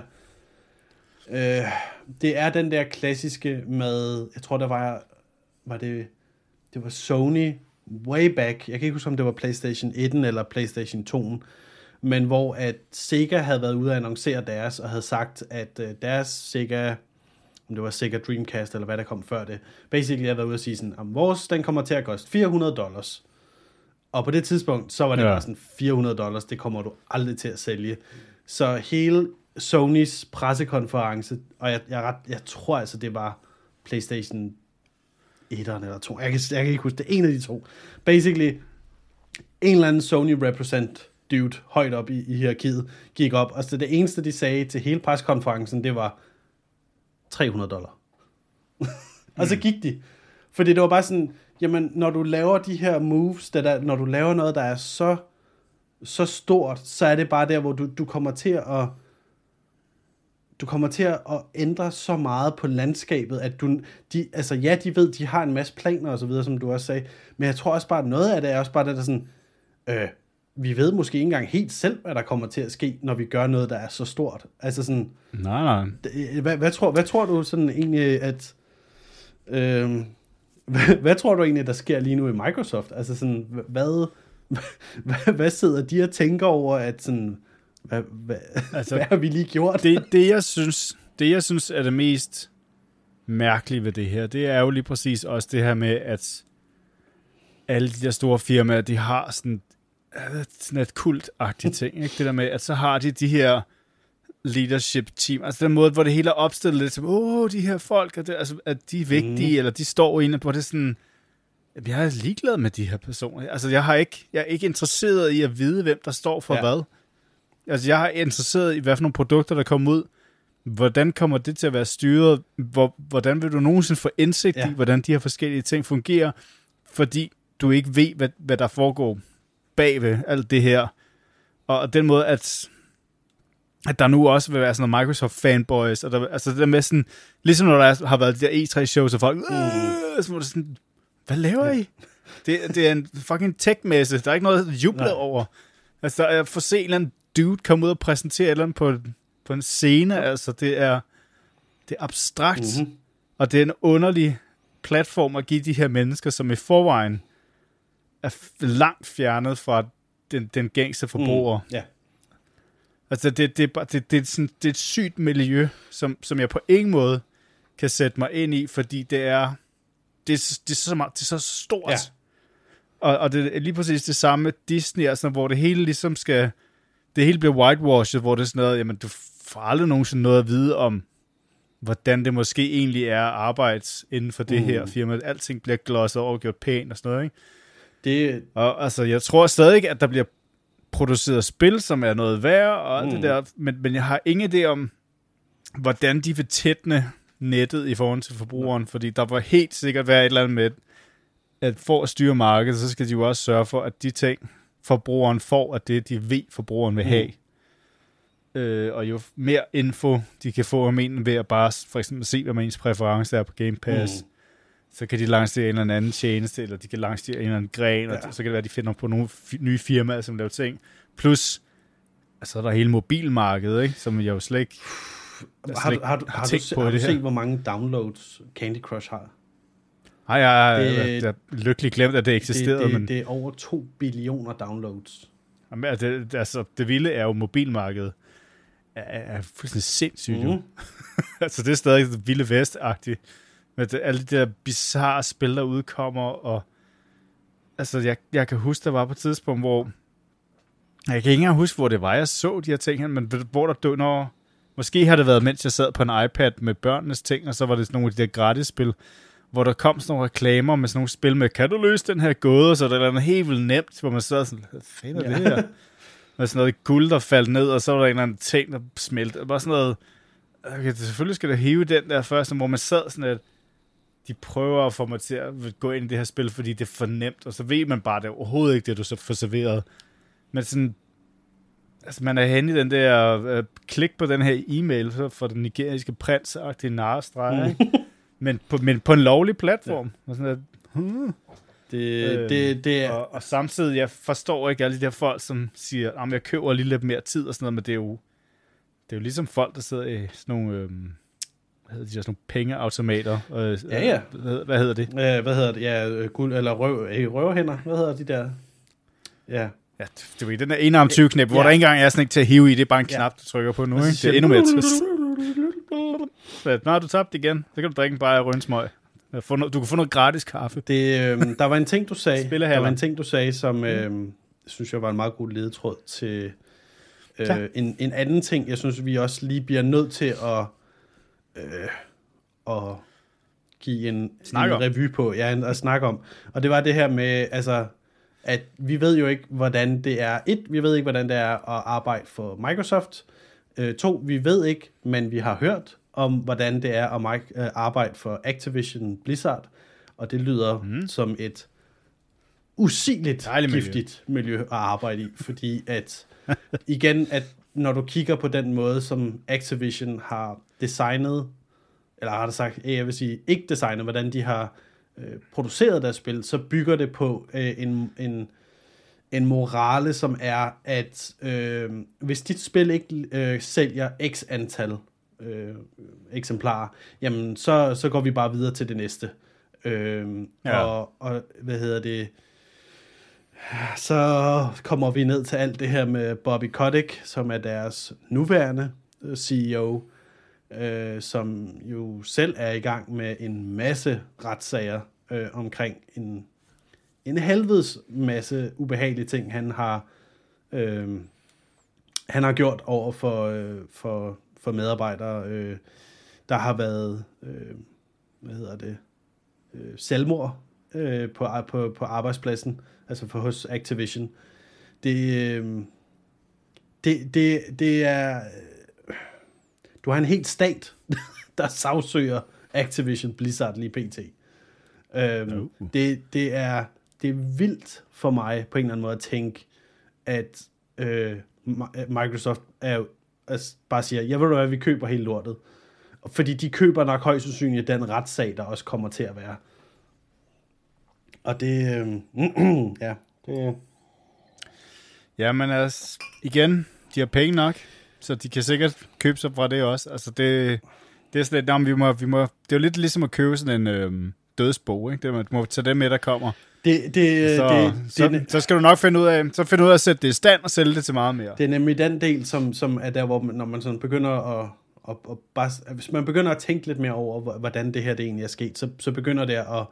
Øh, det er den der klassiske med... Jeg tror, der var... Var det... Det var Sony way back. Jeg kan ikke huske, om det var PlayStation et eller PlayStation to. Men hvor at Sega havde været ude at annoncere deres, og havde sagt, at øh, deres Sega... Om det var Sega Dreamcast, eller hvad der kom før det. Basically havde været ude at sige sådan, om vores, den kommer til at koste fire hundrede dollars. Og på det tidspunkt, så var det ja. bare sådan, fire hundrede dollars, det kommer du aldrig til at sælge. Så hele Sonys pressekonference, og jeg, jeg, ret, jeg tror altså, det var PlayStation et eller to. Jeg kan, jeg kan ikke huske, det er en af de to. Basically, en eller anden Sony represent dude, højt op i, i hierarkiet, gik op, og så det eneste, de sagde til hele pressekonferencen, det var tre hundrede dollar. Og så gik de. Fordi det var bare sådan, jamen, når du laver de her moves, der der, når du laver noget, der er så, så stort, så er det bare der, hvor du, du kommer til at du kommer til at ændre så meget på landskabet, at du, de, altså ja, de ved, de har en masse planer og så videre, som du også sagde, men jeg tror også bare, at noget af det er også bare det, der sådan, øh, vi ved måske ikke engang helt selv, hvad der kommer til at ske, når vi gør noget, der er så stort. Altså sådan... Nej, nej. Hvad, hvad, tror, hvad tror du sådan egentlig, at... Øh, hvad, hvad tror du egentlig, der sker lige nu i Microsoft? Altså sådan, hvad... Hvad, hvad sidder de og tænker over, at sådan... Hvad, hvad, altså, hvad har vi lige gjort? Det, det, jeg synes, det, jeg synes er det mest mærkelige ved det her, det er jo lige præcis også det her med, at alle de der store firmaer, de har sådan... sådan et kultagtigt ting, ikke? Det der med, at så har de de her leadership team, altså den måde, hvor det hele er opstillet lidt som, åh, de her folk, at, det, altså, at de er vigtige, mm. eller de står inde, hvor det er sådan, jeg er ligeglad med de her personer. Altså, jeg, har ikke, jeg er ikke interesseret i at vide, hvem der står for ja. hvad. Altså, jeg er interesseret i, hvad for nogle produkter, der kommer ud. Hvordan kommer det til at være styret? Hvor, hvordan vil du nogensinde få indsigt ja. i, hvordan de her forskellige ting fungerer? Fordi du ikke ved, hvad, hvad der foregår bagved alt det her. Og den måde, at, at der nu også vil være sådan nogle Microsoft-fanboys, og der, altså det der med sådan, ligesom når der har været de der E tre shows, og folk, mm. så må det sådan, hvad laver I? Det, det er en fucking tech-messe, der er ikke noget at juble over. Altså, jeg får se en eller anden dude komme ud og præsentere et eller andet på, på en scene, altså det er, det er abstrakt, mm-hmm. og det er en underlig platform at give de her mennesker, som i forvejen er langt fjernet fra den, den gængse forbruger. Mm, yeah. Altså, det, det, det, det, det, er sådan, det er et sygt miljø, som, som jeg på ingen måde kan sætte mig ind i, fordi det er, det er, det er, så, meget, det er så stort. Yeah. Og, og det er lige præcis det samme med Disney, altså, hvor det hele ligesom skal, det hele bliver whitewashed, hvor det er sådan noget, jamen, du får aldrig nogensinde noget at vide om, hvordan det måske egentlig er at arbejde inden for det mm. her firma. Alting bliver glosset over og gjort pænt og sådan noget, ikke? Det... Og altså, jeg tror stadig, at der bliver produceret spil, som er noget værd, og alt mm. det der, men, men jeg har ingen idé om, hvordan de vil tætne nettet i forhold til forbrugeren, mm. fordi der var helt sikkert være et eller andet med, at for at styre markedet, så skal de jo også sørge for, at de ting, forbrugeren får, at det, de ved, forbrugeren vil have. Mm. Øh, og jo mere info, de kan få om en, ved at bare for eksempel se, hvad man ens præference er på Game Pass, mm. så kan de lancere en eller anden tjeneste, eller de kan lancere en eller anden gren, ja. og så kan det være, at de finder på nogle f- nye firmaer, som laver ting. Plus, altså, der er hele mobilmarkedet, ikke? Som jeg jo slet ikke har, du, har, du, har, du, se, har du set, hvor mange downloads Candy Crush har? Nej, jeg, jeg, jeg, jeg er lykkelig glemt, at det eksisterede. Det, det, men... det er over to billioner downloads. Jamen, det, altså, det vilde er jo mobilmarkedet. Er, er fuldstændig sindssygt. Mm. Altså, det er stadig det vilde vest-agtigt. Med det, alle de der bizarre spil, der udkommer, og altså jeg, jeg kan huske, der var på et tidspunkt, hvor, jeg kan ikke engang huske, hvor det var, jeg så de her ting her, men hvor der døde, når, måske har det været, mens jeg sad på en iPad med børnenes ting, og så var det sådan nogle af de der gratis-spil, hvor der kom sådan nogle reklamer med sådan nogle spil med, kan du løse den her gåde, så der er noget helt vildt nemt, hvor man sad sådan, hvad fanden er det her? Med sådan noget guld, der faldt ned, og så var der en eller anden ting, der smeltede. Det var sådan noget, okay, selvfølgelig skal der hive den der først, hvor man sad sådan, at de prøver at få mig til at gå ind i det her spil, fordi det er for nemt, og så ved man bare, det er overhovedet ikke det, du så får serveret. Men sådan, altså man er henne i den der, uh, klik på den her e-mail for den nigeriske prins-agtige narestreger, ikke? Men på, men på en lovlig platform. Ja. Og sådan at, hmm. det, øhm, det, det er... og, og samtidig, jeg forstår ikke alle de der folk, som siger, at jeg køber lige lidt mere tid og sådan noget, men det er jo, det er jo ligesom folk, der sidder i sådan nogle, øhm, hvad hedder de, sådan nogle pengeautomater. Øh, ja, ja. Hvad, hvad hedder det? Øh, hvad hedder det? Ja, guld, eller røv, ikke, røverhænder. Hvad hedder de der? Ja. Ja, det er den der enarm tyve knæp, ja. Hvor der ikke engang er sådan ikke til at hive i, det er bare en knap, ja. Du trykker på nu, ikke? Det er endnu mere trist. Nå, du tabte igen. Så kan du drikke en bajer rønsmøg. Du kan få noget gratis kaffe. Det, øh, der var en ting, du sagde, der var en ting, du sagde, som øh, synes jeg var en meget god ledetråd til øh, en, en anden ting, jeg synes, vi også lige bliver nødt til at, øh, at give en, en review på, ja, en, at snakke om. Og det var det her med, altså, at vi ved jo ikke, hvordan det er. Et, vi ved ikke, hvordan det er at arbejde for Microsoft. Øh, to, vi ved ikke, men vi har hørt om, hvordan det er at uh, arbejde for Activision Blizzard, og det lyder mm. som et usigeligt giftigt miljø. miljø at arbejde i, fordi at, igen, at når du kigger på den måde, som Activision har designet, eller har det sagt, jeg vil sige, ikke designet, hvordan de har øh, produceret deres spil, så bygger det på øh, en, en, en morale, som er, at øh, hvis dit spil ikke øh, sælger x antal Øh, eksemplarer, jamen så, så går vi bare videre til det næste. Øh, ja. og, og hvad hedder det? Så kommer vi ned til alt det her med Bobby Kotick, som er deres nuværende C E O, øh, som jo selv er i gang med en masse retssager øh, omkring en, en helvedes masse ubehagelige ting, han har øh, han har gjort over for, øh, for for medarbejdere. Øh, der har været øh, hvad hedder det øh, selvmord øh, på, på, på arbejdspladsen, altså for hos Activision. Det, øh, det, det, det er øh, du har en helt stat, der sagsøger Activision Blizzard lige pt. Øh, no. det, det, er, det er vildt for mig på en eller anden måde at tænke, at øh, Microsoft er jo altså bare siger, jeg ved du hvad, vi køber helt lortet. Fordi de køber nok højst sandsynligt den retssag, der også kommer til at være. Og det, øh, ja, det... Ja, men altså, igen, de har penge nok, så de kan sikkert købe sig fra det også. Altså, det, det er sådan lidt, jamen, vi må, vi må, det er jo lidt ligesom at købe sådan en øh, dødsbo, ikke? Det, du må tage det med, der kommer. Det, det, så, det, så, det, så skal du nok finde ud af, så finde ud af at sætte det i stand og sælge det til meget mere. Det er nemlig den del, som, som er der, hvor man, når man sådan begynder at, at, at bare, hvis man begynder at tænke lidt mere over, hvordan det her det egentlig er sket, så, så begynder det at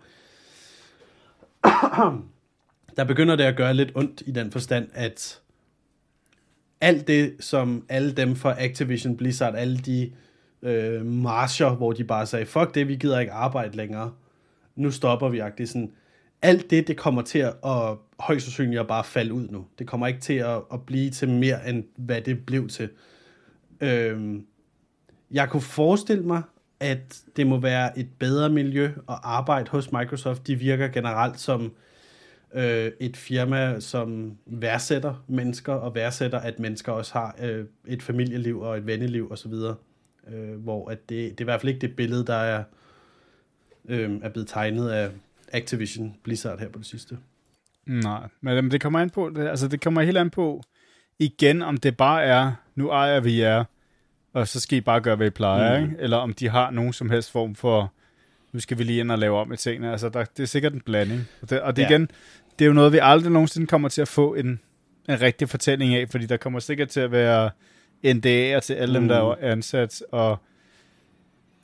der begynder det at gøre lidt ondt i den forstand, at alt det, som alle dem fra Activision Blizzard, alle de øh, marcher, hvor de bare sagde, fuck det, vi gider ikke arbejde længere, nu stopper vi agtigt sådan. Alt det, det kommer til at højst sandsynligt at bare falde ud nu. Det kommer ikke til at, at blive til mere, end hvad det blev til. Øhm, jeg kunne forestille mig, at det må være et bedre miljø at arbejde hos Microsoft. De virker generelt som øh, et firma, som værdsætter mennesker, og værdsætter, at mennesker også har øh, et familieliv og et venneliv osv. Øh, hvor at det, det er i hvert fald ikke det billede, der er, øh, er blevet tegnet af Activision Blizzard her på det sidste. Nej, men det kommer an på, det, altså det kommer helt an på igen, om det bare er, nu ejer vi jer, og så skal I bare gøre, hvad I plejer, mm. ikke? Eller om de har nogen som helst form for, nu skal vi lige ind og lave om i tingene. Altså der, det er sikkert en blanding. Og det, og det ja. igen, det er jo noget, vi aldrig nogensinde kommer til at få en, en rigtig fortælling af, fordi der kommer sikkert til at være N D A'er til alle mm. dem, der er ansat, og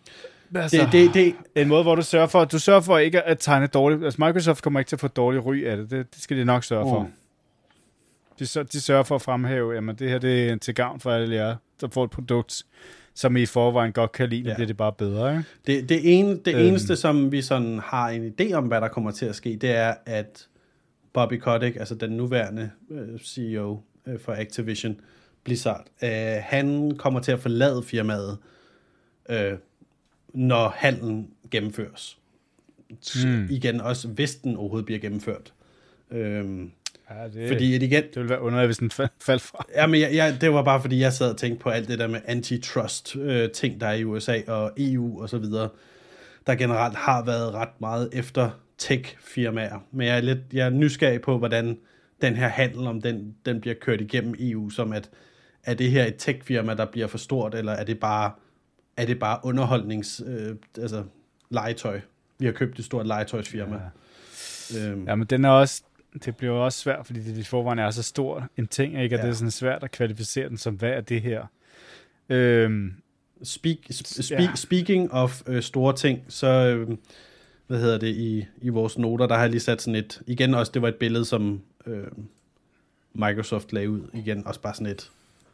Altså, det, det, det, en måde, hvor du sørger for, du sørger for ikke at tegne dårligt. Altså Microsoft kommer ikke til at få dårlig ry af det. Det, det skal de nok sørge uh. for. De, de sørger for at fremhæve, jamen det her det er til gavn for alle jer, der får et produkt, som I i forvejen godt kan lide, men ja. det er det bare bedre. Ikke? Det, det, ene, det øhm. eneste, som vi sådan har en idé om, hvad der kommer til at ske, det er, at Bobby Kotick, altså den nuværende øh, C E O øh, for Activision Blizzard, øh, han kommer til at forlade firmaet, øh, når handlen gennemføres. Mm. Igen også, hvis den overhovedet bliver gennemført. Øhm, ja, det, fordi et igen, det ville være underligt, hvis den faldt fra. Ja, men jeg, jeg, det var bare, fordi jeg sad og tænkte på alt det der med antitrust øh, ting, der er i U S A og E U og så videre, der generelt har været ret meget efter tech-firmaer. Men jeg er lidt jeg er nysgerrig på, hvordan den her handel, om den, den bliver kørt igennem E U, som at, er det her et tech-firma, der bliver for stort, eller er det bare, er det bare underholdnings, øh, altså legetøj? Vi har købt et stort legetøjsfirma. Ja. Øhm. ja, men den er også, det bliver også svært, fordi det i forvejen er så stor en ting, ikke? At ja. det er sådan svært at kvalificere den som, hvad er det her? Øhm. Speak, speak, ja. Speaking of øh, store ting, så, øh, hvad hedder det, i, i vores noter, der har jeg lige sat sådan et, igen også, det var et billede, som øh, Microsoft lagde ud, igen, også bare sådan et,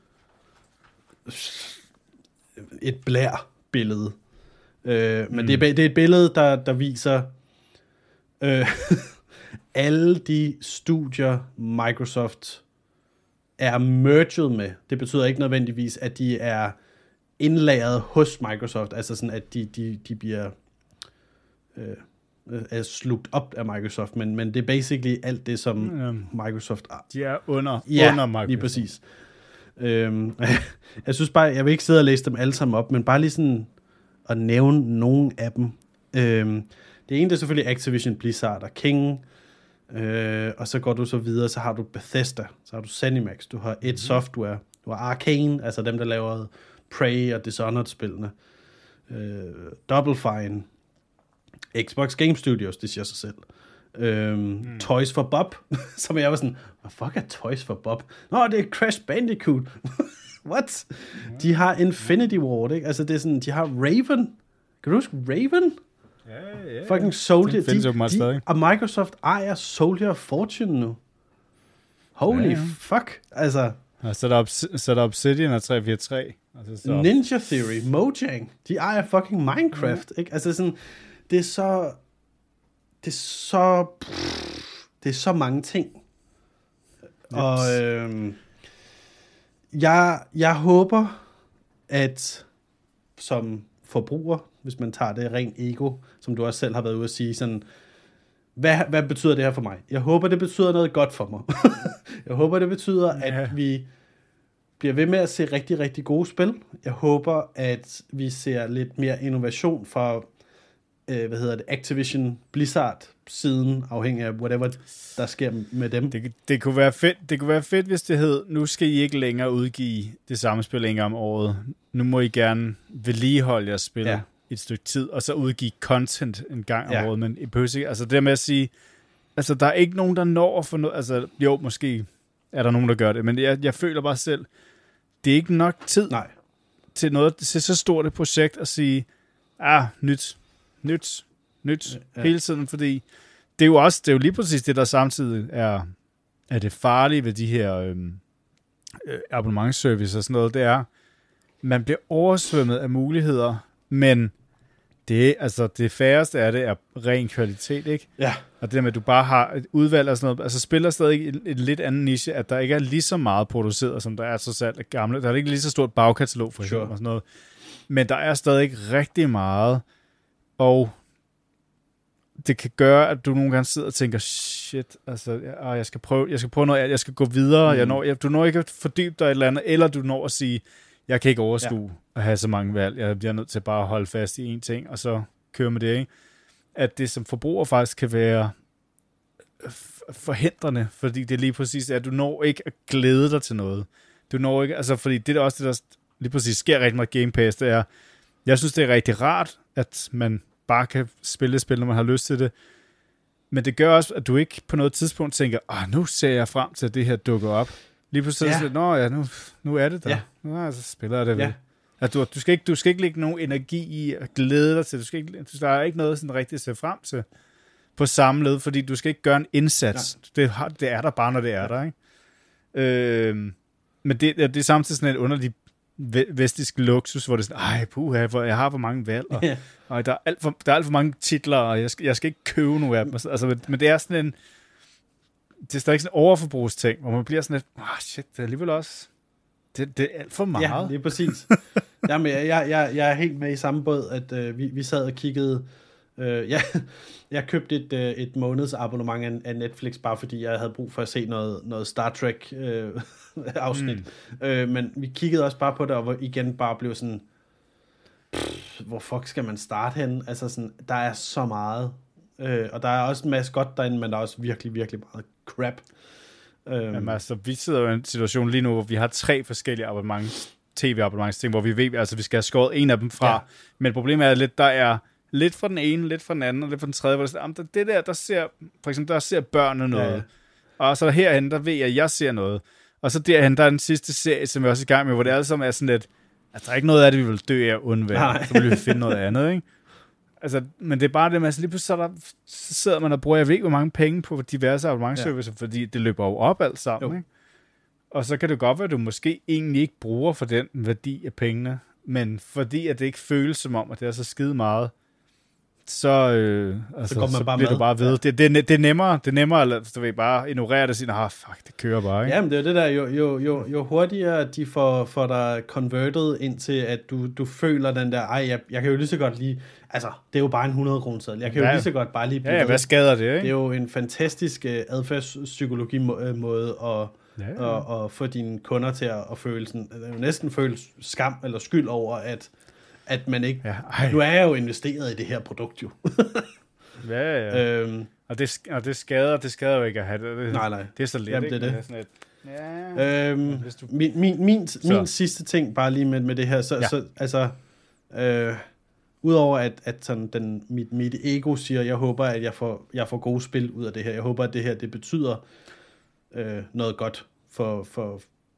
et blær billede. Øh, men mm. det, er, det er et billede, der, der viser øh, alle de studier, Microsoft er merged med. Det betyder ikke nødvendigvis, at de er indlagret hos Microsoft, altså sådan, at de, de, de bliver øh, er slugt op af Microsoft, men, men det er basically alt det, som mm. Microsoft er. De er under, ja, under Microsoft. Lige præcis. Øhm, jeg synes bare, jeg vil ikke sidde og læse dem alle sammen op, men bare lige sådan at nævne nogle af dem. Øhm, det ene, det er selvfølgelig Activision Blizzard og King, øh, og så går du så videre, så har du Bethesda, så har du ZeniMax, du har id mm. Software, du har Arcane, altså dem, der laver Prey og Dishonored-spillene, øh, Double Fine, Xbox Game Studios, det siger sig selv. Øhm, mm. Toys for Bob, som jeg var sådan, hvad fuck er Toys for Bob? Nå, det er Crash Bandicoot. What? Mm. De har Infinity Ward, ikke? Altså, det er sådan, de har Raven. Kan du huske Raven? Ja, ja. Fucking Soldier. De, de, og Microsoft ejer Soldier of Fortune nu. Holy ja, ja. fuck. Altså. Og så er der, Obs- så er der Obsidian og tre fire tre. Altså, så... Ninja Theory, Mojang. De ejer fucking Minecraft, mm. ikke? Altså sådan, det er så... Det er så... Pff, det er så mange ting. Yep. Og øhm, jeg, jeg håber, at som forbruger, hvis man tager det rent ego, som du også selv har været ude at sige, sådan, hvad, hvad betyder det her for mig? Jeg håber, det betyder noget godt for mig. Jeg håber, det betyder, at yeah. vi bliver ved med at se rigtig, rigtig gode spil. Jeg håber, at vi ser lidt mere innovation fra øh, hvad hedder det, Activision Blizzard siden, afhængig af whatever der sker med dem. Det, det, kunne være fedt, det kunne være fedt, hvis det hed, nu skal I ikke længere udgive det samme spil længere om året. Nu må I gerne vedligeholde jeres spil ja. et stykke tid, og så udgive content en gang om ja. året. Men i pøsig, altså det der med at sige, altså der er ikke nogen, der når at få noget, altså jo, måske er der nogen, der gør det, men jeg, jeg føler bare selv, det er ikke nok tid Nej. til noget, til så stort et projekt at sige, ah, nyt, nyt, nyt, ja. hele tiden, fordi det er jo også, det er jo lige præcis det, der samtidig er, er det farlige ved de her øhm, øh, abonnementsservice og sådan noget, det er, man bliver oversvømmet af muligheder, men det, altså det færreste af det er ren kvalitet, ikke? Ja. Og det der med, at du bare har et udvalg og sådan noget, altså spiller stadig et, et lidt anden niche, at der ikke er lige så meget produceret, som der er så salg af gamle. Der er ikke lige så stort bagkatalog for eksempel, sure. og sådan noget. Men der er stadig rigtig meget, og det kan gøre, at du nogle gange sidder og tænker, shit, altså, jeg, jeg skal prøve, jeg skal prøve noget, jeg skal gå videre, mm. jeg når, jeg, du når ikke at fordybe dig et eller andet, eller du når at sige, jeg kan ikke overskue ja. at have så mange valg, jeg bliver nødt til bare at holde fast i én ting, og så køre med det, ikke? At det som forbruger faktisk kan være forhindrende, fordi det lige præcis er, at du når ikke at glæde dig til noget. Du når ikke, altså fordi det er også det, der lige præcis sker rigtig meget Game Pass, det er, jeg synes, det er rigtig rart, at man bare kan spille et spil, når man har lyst til det, men det gør også, at du ikke på noget tidspunkt tænker, ah, nu ser jeg frem til, at det her dukker op. Lige pludselig ja. så nå ja, nu, nu er det der. Ja. Nu altså, spiller jeg det ja. ved. At du, du, skal ikke, du skal ikke lægge nogen energi i at glæde dig til. Du skal ikke, der er ikke noget sådan rigtigt at se frem til på samme led, fordi du skal ikke gøre en indsats. Ja. Det, har, det er der bare, når det er ja. der, ikke? Øh, men det, det er samtidig sådan en underlig vestisk luksus, hvor det er sådan, ej, puha, jeg har for mange valg, og, yeah. og der, er alt for, der er alt for mange titler, og jeg skal, jeg skal ikke købe nogen af dem. Altså, men det er sådan en, det er stadig sådan en overforbrugsting, hvor man bliver sådan lidt, ah, oh, shit, det er alligevel også, det, det er alt for meget. Ja, det er præcis. Jamen, jeg, jeg, jeg er helt med i samme båd, at øh, vi, vi sad og kiggede, øh, ja, jeg købte et, øh, et måneds abonnement af, af Netflix, bare fordi jeg havde brug for at se noget, noget Star Trek øh, afsnit. Mm. Øh, men vi kiggede også bare på det, og igen bare blev sådan, pff, hvor fuck skal man starte hen? Altså sådan, der er så meget. Øh, og der er også en masse godt derinde, men der er også virkelig, virkelig meget crap. Øh, Jamen altså, vi sidder jo i en situation lige nu, hvor vi har tre forskellige abonnements, tv-abonnementsting, hvor vi ved, altså vi skal have skåret en af dem fra. Ja. Men problemet er lidt, der er lidt fra den ene, lidt fra den anden, og lidt fra den tredje, hvor det, er, det der, der ser, for eksempel, der ser børnene noget. Ja, ja. Og så herhen, der ved jeg, at jeg ser noget. Og så derhen, der er den sidste serie, som jeg også er i gang med, hvor det alle sammen er sådan lidt, altså der er ikke noget af det, vi vil dø af at undvære. Så vil vi finde noget andet, ikke? Altså, men det er bare det, man altså lige pludselig, så, der, så sidder man og bruger, jeg ved ikke, hvor mange penge på diverse abonnementsservicer, ja. Fordi det løber jo op alt sammen, jo. Ikke? Og så kan det godt være, at du måske egentlig ikke bruger for den værdi af pengene, men fordi at det ikke føles som om, at det er så skide meget, så, øh, altså, så, så bare bliver med. du bare ved. Ja. Det, det, det er nemmere, det er nemmere at du ved, bare ignorere det og sige, ah, fuck, det kører bare. Ikke? Jamen, det er det der, jo, jo, jo, jo hurtigere de får, får dig converted ind til, at du, du føler den der, ej, jeg, jeg kan jo lige så godt lige, altså, det er jo bare en hundrede kroner seddel. Jeg kan ja. jo lige så godt bare lige blive ja, ja, hvad skader det, ikke? Det er jo en fantastisk uh, adfærdspsykologi-måde at, ja, ja. At, at få dine kunder til at, at føle sådan, at næsten føle skam eller skyld over, at at man ikke... Ja, nu er jeg jo investeret i det her produkt, jo. ja, ja. Øhm, og, det, og det skader, det skader jo ikke at have det. Nej, nej. Det er så lidt, Jamen, det er ikke? det. Det er sådan et, ja, øhm, du... Min, min, min, min sidste ting, bare lige med, med det her, så, ja. så altså... Øh, Udover at, at sådan den, mit, mit ego siger, jeg håber, at jeg får, jeg får gode spil ud af det her. Jeg håber, at det her, det betyder øh, noget godt for... for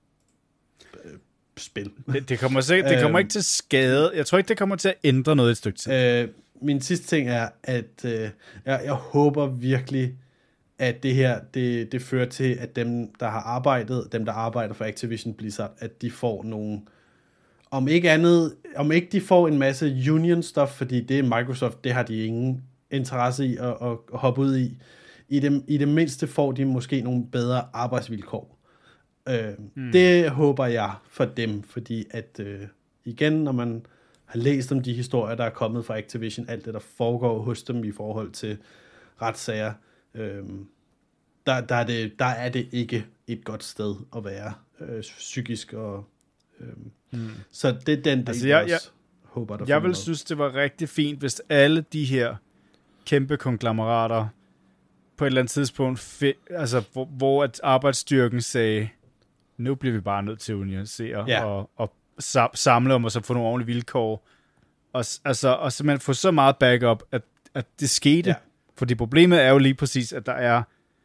øh, spil. Det, det kommer, sikkert, det kommer ikke til skade. Jeg tror ikke, det kommer til at ændre noget et stykke tid. Øh, min sidste ting er, at øh, jeg, jeg håber virkelig, at det her, det, det fører til, at dem, der har arbejdet, dem, der arbejder for Activision Blizzard, at de får nogle, om ikke andet, om ikke de får en masse union stuff, fordi det er Microsoft, det har de ingen interesse i at, at hoppe ud i. I det, I det mindste får de måske nogle bedre arbejdsvilkår. Øh, hmm. Det håber jeg for dem, fordi at øh, igen, når man har læst om de historier, der er kommet fra Activision, alt det, der foregår hos dem i forhold til retssager, øh, der, der, er det, der er det ikke et godt sted at være øh, psykisk. Og, øh, hmm. Så det er den, der altså, jeg, også jeg, håber, der Jeg vil synes, det var rigtig fint, hvis alle de her kæmpe konglomerater på et eller andet tidspunkt, fe- altså, hvor, hvor at arbejdsstyrken sagde, nu bliver vi bare nødt til at unionsere ja. og, og samle om og så få nogle ordentlige vilkår. Og, altså, og simpelthen få så meget backup, at, at det skete. Ja. Fordi problemet er jo lige præcis, at der er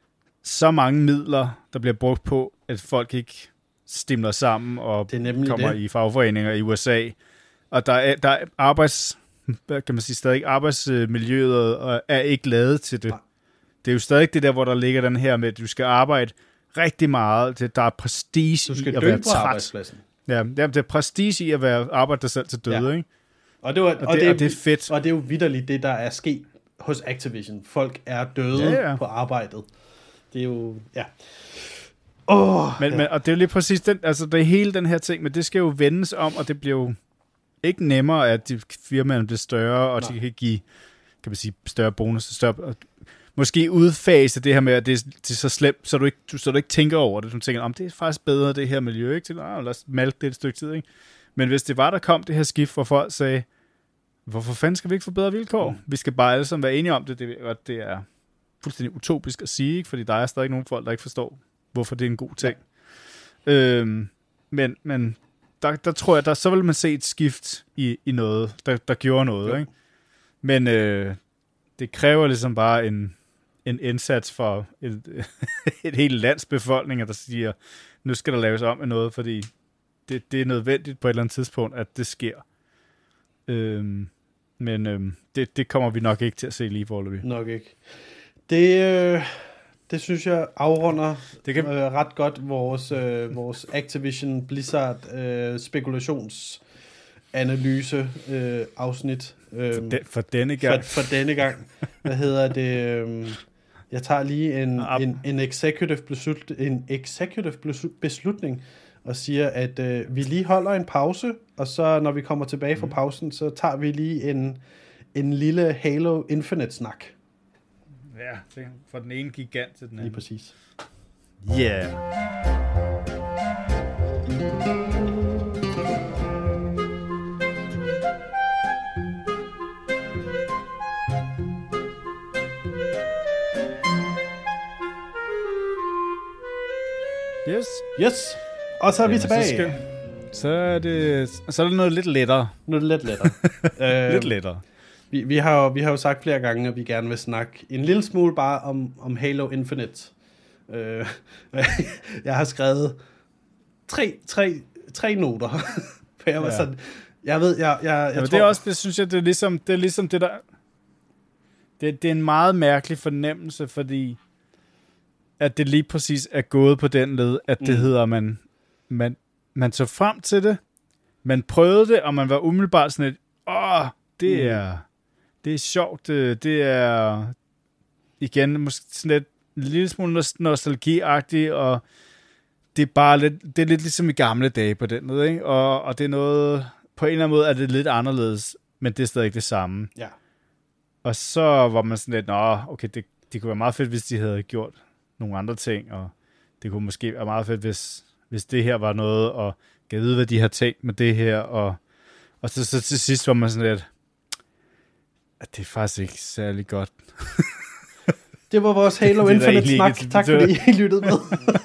så mange midler, der bliver brugt på, at folk ikke stimler sammen og kommer det. i fagforeninger i U S A. Og der er, der er arbejds, kan man sige, stadig arbejdsmiljøet er ikke lavet til det. Nej. Det er jo stadig det der, hvor der ligger den her med, at du skal arbejde rigtig meget. Der er prestige i at være træt. Ja, det er prestige i at være arbejde dig selv til døde, ja. Ikke? Og det, var, og, og, det, det, og det er fedt. Og det er jo vitterligt det, der er sket hos Activision. Folk er døde ja, ja. på arbejdet. Det er jo, ja. Oh, men, ja. Men, og det er jo lige præcis den, altså det er hele den her ting, men det skal jo vendes om, og det bliver jo ikke nemmere, at de firmaerne bliver større, og Nej. de kan give, kan man sige, større bonus, større... Måske udfase det her med, at det, det er så slemt, så du ikke, du, så du ikke tænker over det. Du tænker, om det er faktisk bedre, det her miljø, ikke? Til, ah, lad os malke det et stykke tid, ikke? Men hvis det var, der kom det her skift, hvor folk sagde, hvorfor fanden skal vi ikke få bedre vilkår? Mm. Vi skal bare alle sammen være enige om det. Det, det er fuldstændig utopisk at sige, ikke? Fordi der er stadig nogle folk, der ikke forstår, hvorfor det er en god ting. Ja. Øhm, men men der, der tror jeg, der så vil man se et skift i, i noget, der, der gjorde noget, jo. Ikke? Men øh, det kræver ligesom bare en en indsats for et, et helt lands befolkning, der siger, nu skal der laves om med noget, fordi det, det er nødvendigt på et eller andet tidspunkt, at det sker. Øhm, men øhm, det, det kommer vi nok ikke til at se lige foreløbig. Nok ikke. Det, øh, det synes jeg afrunder det kan... øh, ret godt vores, øh, vores Activision Blizzard øh, spekulationsanalyse øh, afsnit. Øh, for, de, for denne gang. For, for denne gang. Hvad hedder det? Øh, jeg tager lige en, en, en, executive, beslut, en executive beslutning og siger, at øh, vi lige holder en pause, og så når vi kommer tilbage fra pausen, så tager vi lige en, en lille Halo Infinite-snak. Ja, fra den ene gigant til den anden. Lige præcis. Yeah. Yes. Yes. Og så er vi Jamen, tilbage. Så, skal, så, er det, så er det noget lidt lettere. Noget lidt lettere. øh, lidt lettere. Vi, vi, har jo, vi har jo sagt flere gange, at vi gerne vil snakke en lille smule bare om, om Halo Infinite. Øh, jeg har skrevet tre, tre, tre noter. For jeg var ja. sådan, jeg ved, jeg, jeg, jeg ja, tror... Det er også, det synes jeg, det er ligesom det, er ligesom det der... Det, det er en meget mærkelig fornemmelse, fordi at det lige præcis er gået på den led, at det mm. hedder, man, man, man så frem til det, man prøvede det, og man var umiddelbart sådan et, åh, det mm. er, det er sjovt, det, det er igen måske sådan et en lille smule nostalgi-agtigt, og det er bare lidt, det er lidt ligesom i gamle dage på den måde, ikke? Og, og det er noget, på en eller anden måde er det lidt anderledes, men det er stadig det samme. Ja. Og så var man sådan lidt, nå, okay, det, det kunne være meget fedt, hvis de havde gjort nogle andre ting, og det kunne måske være meget fedt, hvis, hvis det her var noget, og kan vide, hvad de har tænkt med det her, og, og så, så til sidst var man sådan lidt, at det er faktisk ikke særlig godt. Det var vores Halo Infinite-snak. Tak fordi I lyttede med.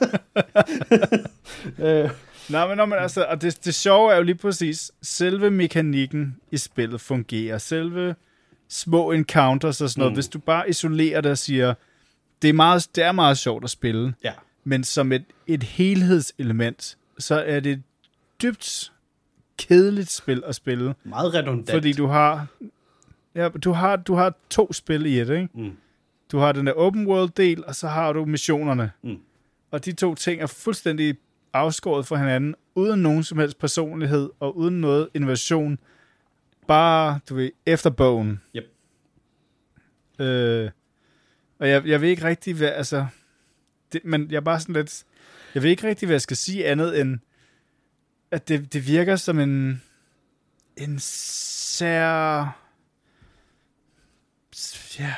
øh. Nej, men, men altså, og det, det sjove er jo lige præcis, selve mekanikken i spillet fungerer, selve små encounters og sådan noget, mm. hvis du bare isolerer det og siger, det er meget, det er meget sjovt at spille, ja. men som et, et helhedselement, så er det et dybt kedeligt spil at spille. Meget redundant. Fordi du har, ja, du har, du har to spil i et, ikke? Mm. Du har den der open world del, og så har du missionerne. Mm. Og de to ting er fuldstændig afskåret fra hinanden, uden nogen som helst personlighed, og uden noget innovation. Bare, du ved, efter bogen. Yep. Øh, og jeg, jeg ved ikke rigtig, hvad, altså... Det, men jeg er bare sådan lidt... Jeg ved ikke rigtig, hvad jeg skal sige andet end, at det, det virker som en... En sær... Ja...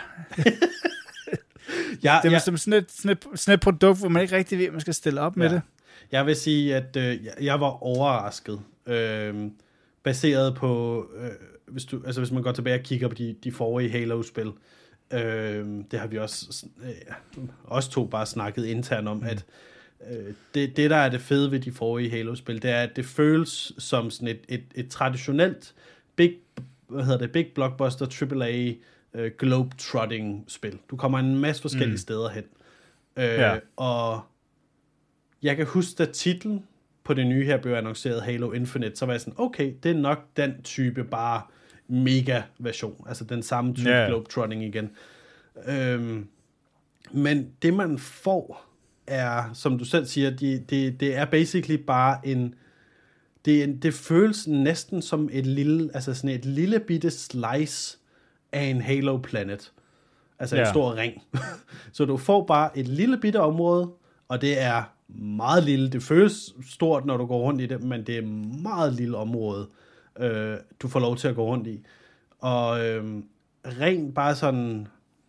ja, det er ja. som sådan et, sådan, et, sådan et produkt, hvor man ikke rigtig ved, at man skal stille op ja. med det. Jeg vil sige, at øh, jeg var overrasket, øh, baseret på, øh, hvis, du, altså, hvis man går tilbage og kigger på de, de forrige Halo-spil, øh, det har vi også, øh, også to bare snakket internt om, mm. at øh, det, det, der er det fede ved de forrige Halo-spil, det er, at det føles som sådan et, et, et traditionelt big, hvad hedder det, big blockbuster, triple A, Uh, globe-trotting-spil. Du kommer en masse forskellige mm. steder hen. Uh, ja. Og jeg kan huske, da titlen på det nye her blev annonceret, Halo Infinite, så var jeg sådan, okay, det er nok den type bare mega-version. Altså den samme type yeah. globe-trotting igen. Uh, men det man får er, som du selv siger, det, det, det er basically bare en det, det føles næsten som et lille, altså sådan et lille bitte slice af en Halo Planet. Altså ja. en stor ring. Så du får bare et lille bitte område, og det er meget lille. Det føles stort, når du går rundt i det, men det er et meget lille område, øh, du får lov til at gå rundt i. Og øh, rent bare sådan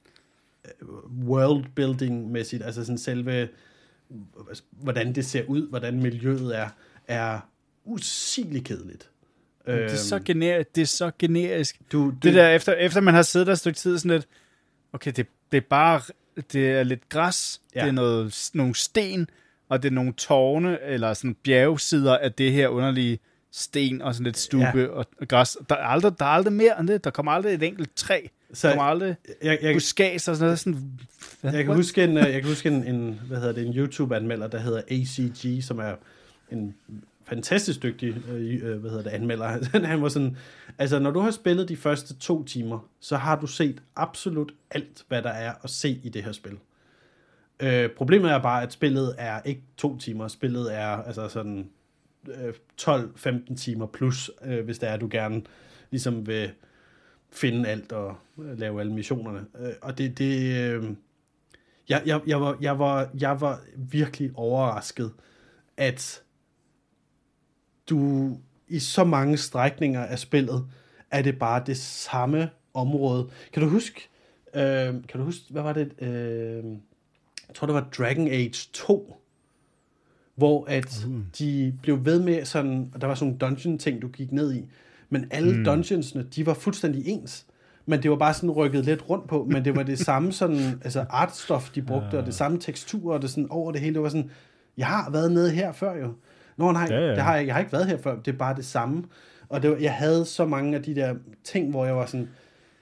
worldbuilding-mæssigt, altså sådan selve, hvordan det ser ud, hvordan miljøet er, er usigeligt kedeligt. Det er så generisk. Det er så generisk. Du, du, det der, efter, efter man har siddet der et stykke tid, sådan lidt, okay, det, det er bare, det er lidt græs, ja. det er noget, nogle sten, og det er nogle tårne, eller sådan bjergsider af det her underlige sten, og sådan lidt stube ja. og, og græs. Der er, aldrig, der er aldrig mere end det. Der kommer aldrig et enkelt træ. Så der kommer aldrig buskads og sådan noget. Sådan, jeg, kan huske en, jeg kan huske en, en, hvad hedder det, en YouTube-anmelder, der hedder A C G, som er en fantastisk dygtig øh, hvad hedder det, anmelder. Han var sådan, altså når du har spillet de første to timer, så har du set absolut alt, hvad der er at se i det her spil. Øh, problemet er bare, at spillet er ikke to timer. Spillet er altså sådan øh, tolv femten timer plus, øh, hvis det er, at du gerne ligesom vil finde alt og øh, lave alle missionerne. Øh, og det, det øh, jeg, jeg, jeg, var, jeg, var, jeg var virkelig overrasket, at du i så mange strækninger af spillet, er det bare det samme område. Kan du huske, øh, kan du huske, hvad var det? Øh, jeg tror, det var Dragon Age to, hvor at uh. de blev ved med sådan, og der var sådan nogle dungeon-ting, du gik ned i, men alle mm. dungeonsne, de var fuldstændig ens. Men det var bare sådan rykket lidt rundt på, men det var det samme sådan, altså artstof, de brugte, ja. Og det samme tekstur, og det sådan over det hele. Det var sådan, jeg har været nede her før jo. Nå nej, ja, ja. Det har jeg, jeg har ikke været her før, det er bare det samme. Og det var, jeg havde så mange af de der ting, hvor jeg var sådan,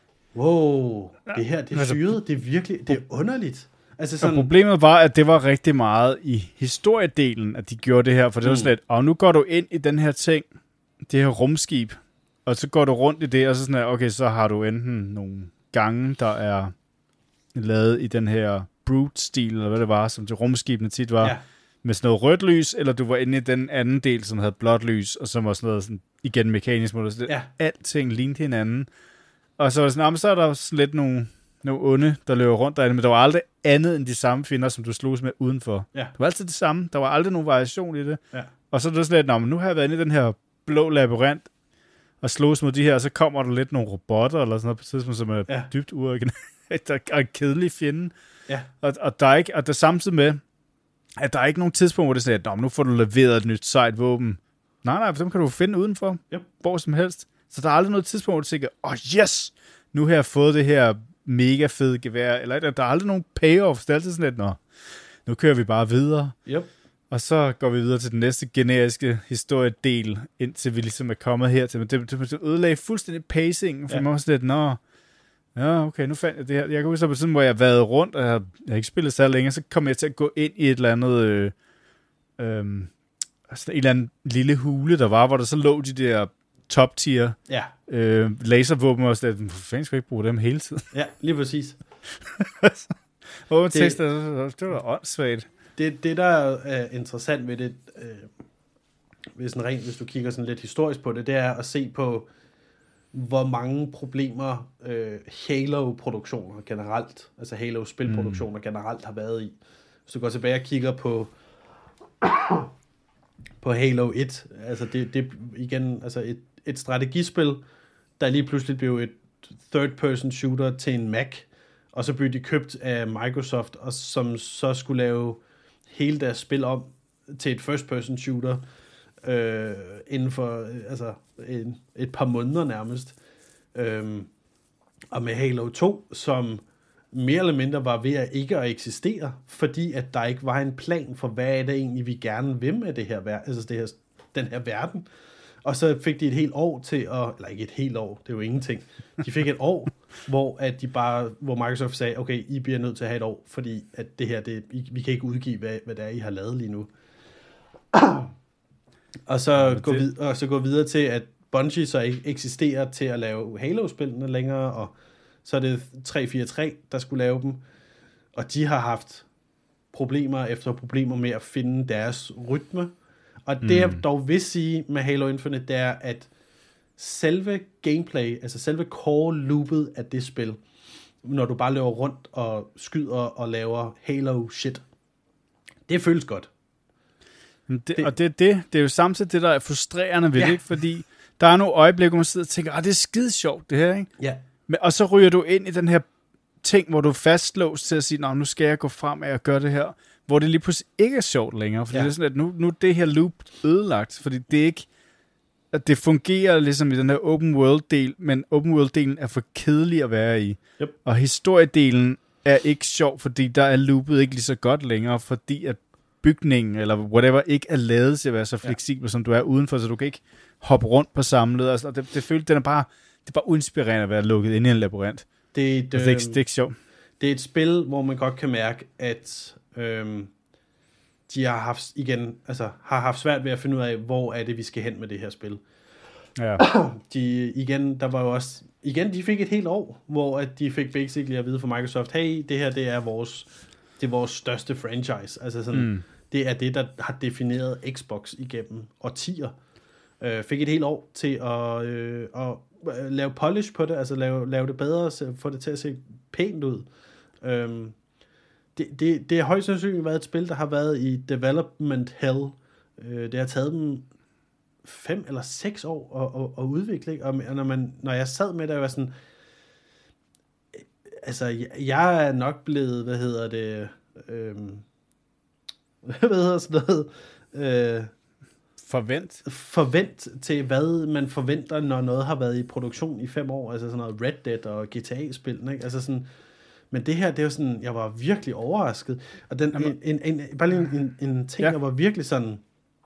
wow, det her, det er syret, det er virkelig, det er underligt. Altså sådan, og problemet var, at det var rigtig meget i historiedelen, at de gjorde det her, for det var slet, og nu går du ind i den her ting, det her rumskib, og så går du rundt i det, og så sådan, okay, så har du enten nogle gange, der er lavet i den her brute-stil, eller hvad det var, som det rumskibene tit var, ja. Med sådan noget rødt lys, eller du var inde i den anden del, som havde blåt lys, og som var sådan noget sådan, igen mekanisk måde, så det, ja. Alting lignede hinanden. Og så var det sådan, jamen, så er der sådan lidt nogle, nogle onde, der løber rundt derinde, men der var aldrig andet end de samme fjender, som du slogs med udenfor. Ja. Det var altid det samme. Der var aldrig nogen variation i det. Ja. Og så er det sådan lidt, nå, men nu har jeg været inde i den her blå labyrint, og slås mod de her, og så kommer der lidt nogle robotter, eller sådan noget på tidspunkt, som er ja. Dybt uoriginalt. Der er en kedelig fjende. Ja. Og, og, der er ikke, og det samtidig med, at der er ikke nogen tidspunkt, hvor det siger, at nu får du leveret et nyt sejt våben. Nej, nej, for dem kan du finde udenfor, yep. Hvor som helst. Så der er aldrig noget tidspunkt, hvor du tænker, åh, oh, yes, nu har jeg fået det her mega fede gevær, eller der er aldrig nogen payoff. Det er altid sådan lidt, nå, nu kører vi bare videre. Yep. Og så går vi videre til den næste generiske historiedel, indtil vi ligesom er kommet hertil. Men det, det, det ødelagde fuldstændig pacingen, for ja. Man var sådan lidt, nå, ja, okay, nu fandt jeg det her. Jeg kan huske, på sådan, hvor jeg har været rundt, og jeg har, jeg har ikke spillet så længe, så kom jeg til at gå ind i et eller andet, øh, øh, altså en eller anden lille hule, der var, hvor der så lå de der top-tier ja. øh, laservåben, og sådan, hvor fanden skal jeg ikke bruge dem hele tiden? Ja, lige præcis. Åh, det, tekst, det, det var åndssvagt. Det, det, der er interessant ved det, øh, hvis, en ren, hvis du kigger sådan lidt historisk på det, det er at se på, hvor mange problemer øh, Halo-produktioner generelt, altså Halo-spilproduktioner mm. generelt har været i. Hvis du går tilbage og kigger på på Halo et, altså det, det igen, altså et, et strategispil, der lige pludselig blev et third-person shooter til en Mac, og så blev de købt af Microsoft, og som så skulle lave hele deres spil om til et first-person shooter, øh, inden for altså en, et par måneder nærmest. Øhm, og med Halo to, som mere eller mindre var ved at ikke at eksistere, fordi at der ikke var en plan for, hvad er det egentlig, vi gerne vil med det her, altså det her, den her verden. Og så fik de et helt år til at, eller ikke et helt år, det er jo ingenting. De fik et år, hvor at de bare, hvor Microsoft sagde, okay, I bliver nødt til at have et år, fordi at det her, det, vi kan ikke udgive, hvad, hvad det er, I har lavet lige nu. Og så, ja, gå vid- og så gå videre til, at Bungie så ikke eksisterer til at lave Halo-spillene længere, og så er det tre fire tre, der skulle lave dem. Og de har haft problemer efter problemer med at finde deres rytme. Og det jeg dog vil sige med Halo Infinite, det er, at selve gameplay, altså selve core-loopet af det spil, når du bare løber rundt og skyder og laver Halo-shit, det føles godt. Det, det, og det, det, det er jo samtidig det, der er frustrerende ved ja. Det, ikke? Fordi der er nogle øjeblikke, hvor man sidder og tænker, ah, det er skide sjovt, det her, ikke? Ja. Men, og så ryger du ind i den her ting, hvor du er fastlåst til at sige, nå, nu skal jeg gå frem og gøre det her, hvor det lige pludselig ikke er sjovt længere, fordi ja. Det er sådan, at nu, nu er det her loop ødelagt, fordi det ikke, at det fungerer ligesom i den her open world-del, men open world-delen er for kedelig at være i. Yep. Og historiedelen er ikke sjov, fordi der er loopet ikke lige så godt længere, fordi at bygningen, eller whatever, ikke er lavet til at være så fleksibel, ja. Som du er udenfor, så du kan ikke hoppe rundt på samme led. Altså, det, det føles, den er bare, det er bare uinspirerende at være lukket inde i en labyrint. Det er, et, altså, det, er ikke, det er ikke sjovt. Det er et spil, hvor man godt kan mærke, at øhm, de har haft, igen, altså, har haft svært ved at finde ud af, hvor er det, vi skal hen med det her spil. Ja. De, igen, der var jo også, igen, de fik et helt år, hvor at de fik basically at vide fra Microsoft, hey, det her, det er vores, det er vores største franchise. Altså sådan, mm. det er det, der har defineret Xbox igennem årtier. Øh, fik et helt år til at, øh, at lave polish på det, altså lave, lave det bedre, få det til at se pænt ud. Øhm, det, det, det har højst sandsynligt været et spil, der har været i development hell. Øh, det har taget dem fem eller seks år at, at, at udvikle, ikke? Og når, man, når jeg sad med det, jeg var sådan, altså, jeg, jeg er nok blevet, hvad hedder det, øhm, hvad hedder sådan noget, øh, Forvent. Forvent til, hvad man forventer, når noget har været i produktion i fem år, altså sådan noget Red Dead og G T A-spil, ikke? Altså sådan, men det her, det er jo sådan, jeg var virkelig overrasket, og den, en, en, en, bare lige en, en ting, ja. Jeg var virkelig sådan,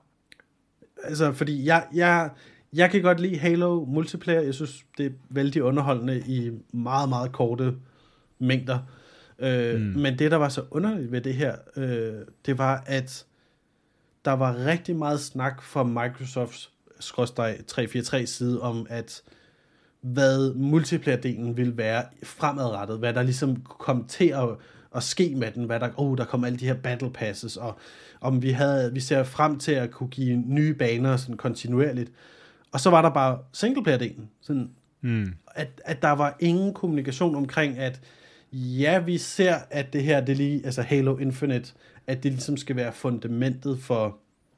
altså, fordi jeg, jeg, jeg kan godt lide Halo multiplayer. Jeg synes, det er vældig underholdende i meget, meget korte mængder. Øh, mm. Men det, der var så underligt ved det her, øh, det var, at der var rigtig meget snak fra Microsofts tre fire tre side om, at hvad multiplayer-delen ville være fremadrettet, hvad der ligesom kom til at, at ske med den, hvad der, oh, der kom alle de her battle passes, og om vi havde, vi ser frem til at kunne give nye baner sådan kontinuerligt. Og så var der bare singleplayer-delen. Sådan, mm. at, at der var ingen kommunikation omkring, at ja, vi ser, at det her, det lige, altså Halo Infinite, at det ligesom skal være fundamentet for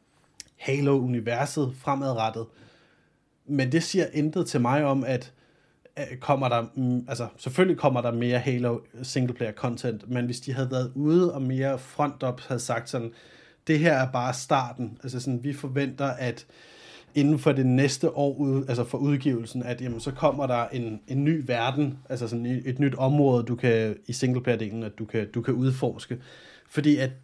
Halo-universet fremadrettet. Men det siger intet til mig om, at kommer der, altså selvfølgelig kommer der mere Halo singleplayer content, men hvis de havde været ude og mere front-up havde sagt sådan, det her er bare starten, altså sådan, vi forventer, at inden for det næste år, altså for udgivelsen, at jamen, så kommer der en, en ny verden, altså sådan et, et nyt område, du kan, i singleplayer-delen, at du kan, du kan udforske. Fordi at,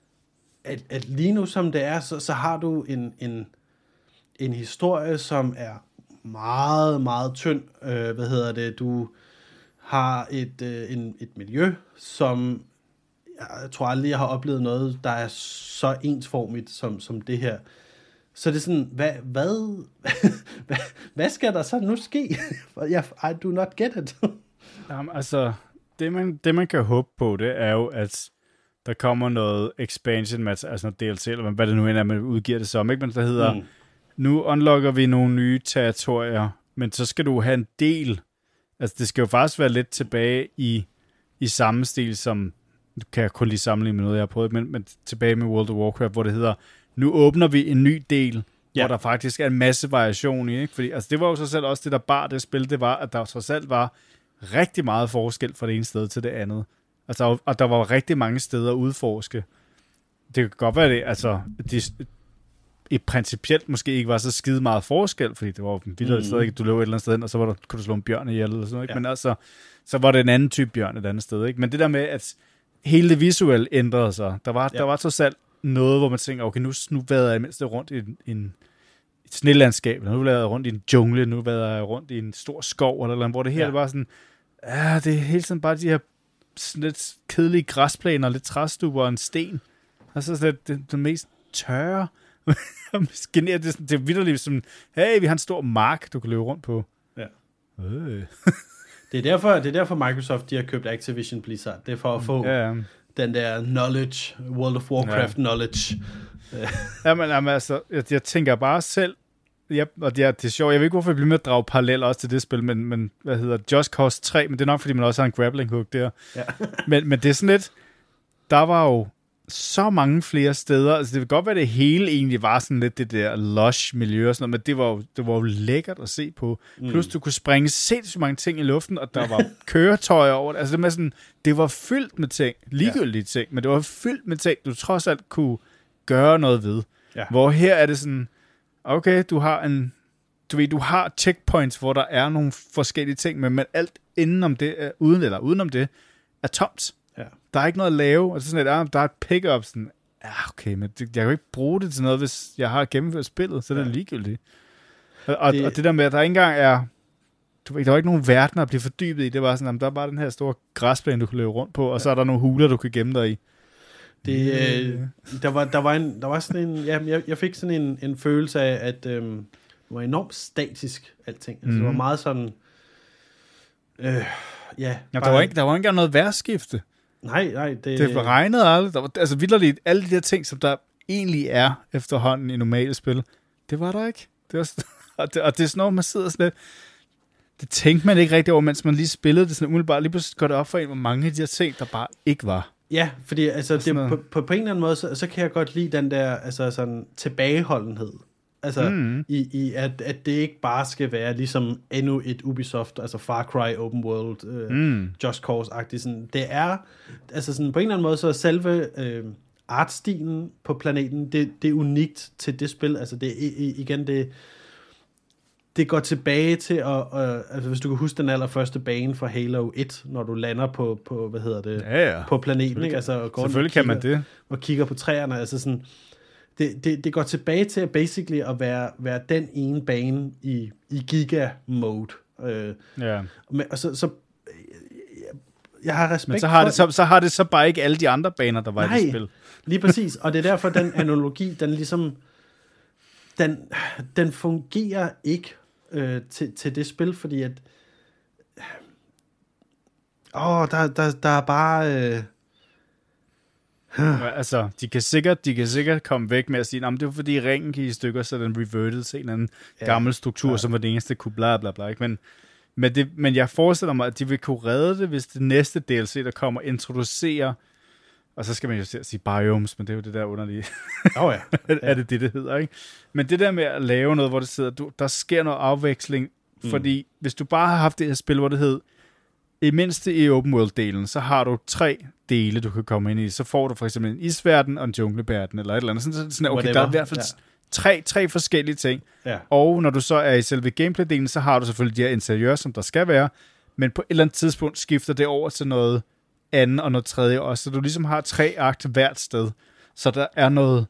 at, at lige nu som det er, så, så har du en, en, en historie, som er meget, meget tynd. Øh, hvad hedder det? Du har et, øh, en, et miljø, som jeg tror aldrig, jeg har oplevet noget, der er så ensformigt som, som det her. Så det er sådan, hvad, hvad, hvad, hvad skal der så nu ske? I do not get it. Jamen, altså, det man, det man kan håbe på, det er jo, at der kommer noget expansion, altså noget D L C, eller hvad det nu end er, man udgiver det som, ikke? Men der hedder, mm. nu unlocker vi nogle nye territorier, men så skal du have en del, altså det skal jo faktisk være lidt tilbage i, i samme stil som, du kan kun lige sammenligne med noget, jeg har prøvet, men, men tilbage med World of Warcraft, hvor det hedder, nu åbner vi en ny del, ja. Hvor der faktisk er en masse variation i, ikke? Fordi altså, det var jo så selv også det, der bar det spil, det var, at der trods alt var rigtig meget forskel fra det ene sted til det andet. Altså, og der var rigtig mange steder at udforske. Det kan godt være det, altså, det, i principielt måske ikke var så skide meget forskel, fordi det var vildt mm. et sted, ikke? Du løb et eller andet sted hen, og så var der, kunne du slå en bjørn ihjel, eller sådan noget, ikke? Ja. Men altså, så var det en anden type bjørn et andet sted, ikke? Men det der med, at hele det visuelle ændrede sig, der var, ja. der var trods alt noget, hvor man tænker, okay, nu, nu vader jeg mindst rundt i en, en, et snelandskab, eller nu vader jeg rundt i en jungle, nu vader jeg rundt i en stor skov, eller, eller hvor det her, ja. Det var sådan, ja, det er hele tiden bare de her lidt kedelige græsplæner, lidt træstuber og en sten. Altså så det, det, det mest tørre. det, det er vitterligt som, hey, vi har en stor mark, du kan løbe rundt på. Ja. Øh. det, er derfor, det er derfor Microsoft, de har købt Activision Blizzard. Det er for at få ja, ja. den der knowledge, World of Warcraft ja. knowledge. jamen, jamen, altså, jeg, jeg tænker bare selv, ja, og det er, det er sjovt. Jeg ved ikke, hvorfor jeg bliver med at drage paralleller også til det spil, men, men hvad hedder Just Cause tre, men det er nok, fordi man også har en grappling hook der. Ja. men, men det er sådan lidt, der var jo så mange flere steder. Altså, det vil godt være, det hele egentlig var sådan lidt det der lush miljø og sådan noget, men det var jo, det var jo lækkert at se på. Mm. Plus, du kunne springe sindssygt mange ting i luften, og der var køretøjer over det. Altså, det, med sådan, det var fyldt med ting, ligegyldige ja. ting, men det var fyldt med ting, du trods alt kunne gøre noget ved. Ja. Hvor her er det sådan, okay, du har en, du ved, du har checkpoints, hvor der er nogle forskellige ting, men, men alt indenom det, uden eller udenom det, er tomt. Ja. Der er ikke noget at lave, og så sådan et, der er et pick-up, sådan, ja, okay, men det, jeg kan jo ikke bruge det til noget, hvis jeg har gennemført spillet, så ja. Det er ligegyldigt. Og, og, det... og det der med, at der ikke engang er, du ved, der er ikke nogen verdener at blive fordybet i, det var sådan, at der er bare den her store græsplæne, du kan løbe rundt på, og ja. Så er der nogle huler, du kan gemme dig i. Det, øh, der, var, der, var en, der var sådan en... Ja, jeg, jeg fik sådan en, en følelse af, at øh, det var enormt statisk, alting. Altså, mm. det var meget sådan... Øh, ja, ja, der var ikke, der var ikke engang noget vejrskifte. Nej, nej. Det, det regnede aldrig. Der var, altså vitterligt, alle de der ting, som der egentlig er efterhånden i normale spil, det var der ikke. Det var, og, det, og det er sådan noget, man sidder sådan lidt... Det tænkte man ikke rigtig over, mens man lige spillede det sådan umiddelbart. Lige pludselig går det op for en, hvor mange af de her ting, der bare ikke var. Ja, fordi altså, det, på, på, på en eller anden måde, så, så kan jeg godt lide den der altså, sådan, tilbageholdenhed. Altså, mm. i, i at, at det ikke bare skal være ligesom endnu et Ubisoft, altså Far Cry Open World, øh, mm. Just Cause-agtigt. Sådan. Det er, altså sådan, på en eller anden måde, så er selve øh, artstilen på planeten, det, det er unikt til det spil. Altså, det er igen, det det går tilbage til at, uh, altså hvis du kan huske den allerførste bane fra Halo et, når du lander på, på hvad hedder det, ja, ja. på planeten, ikke? Altså, og går selvfølgelig kigger, kan man det. Og kigger på træerne, altså sådan, det, det, det går tilbage til at basically at være, være den ene bane i, i giga-mode. Uh, ja. Og så, så jeg har respekt Men så har, for, det, så, så har det så bare ikke alle de andre baner, der var nej, i det spil. Lige præcis, og det er derfor, den analogi, den ligesom, den, den fungerer ikke øh, til, til det spil, fordi at, åh, der, der, der er bare... Øh, Ja, altså, de kan sikkert, de kan sikkert komme væk med at sige, det var fordi ringen gik i stykker, så den reverted til en eller anden ja, gammel struktur, ja. Som var det eneste, kunne bla bla bla. Ikke? Men, men, det, men jeg forestiller mig, at de vil kunne redde det, hvis det næste D L C, der kommer, introducerer, og så skal man jo sige biomes, men det er jo det der underlige. Oh ja. Ja. Er det det, det hedder, ikke? Men det der med at lave noget, hvor det sidder, du, der sker noget afveksling, mm. fordi hvis du bare har haft det her spil, hvor det hed, i mindste i open world-delen, så har du tre dele, du kan komme ind i. Så får du for eksempel en isverden og en junglebærden, eller et eller andet. Sådan, sådan, okay, der er i hvert fald ja. tre, tre forskellige ting. Ja. Og når du så er i selve gameplay-delen, så har du selvfølgelig de her interiører, som der skal være, men på et eller andet tidspunkt skifter det over til noget andet og noget tredje også. Så du ligesom har tre akter hvert sted. Så der er noget,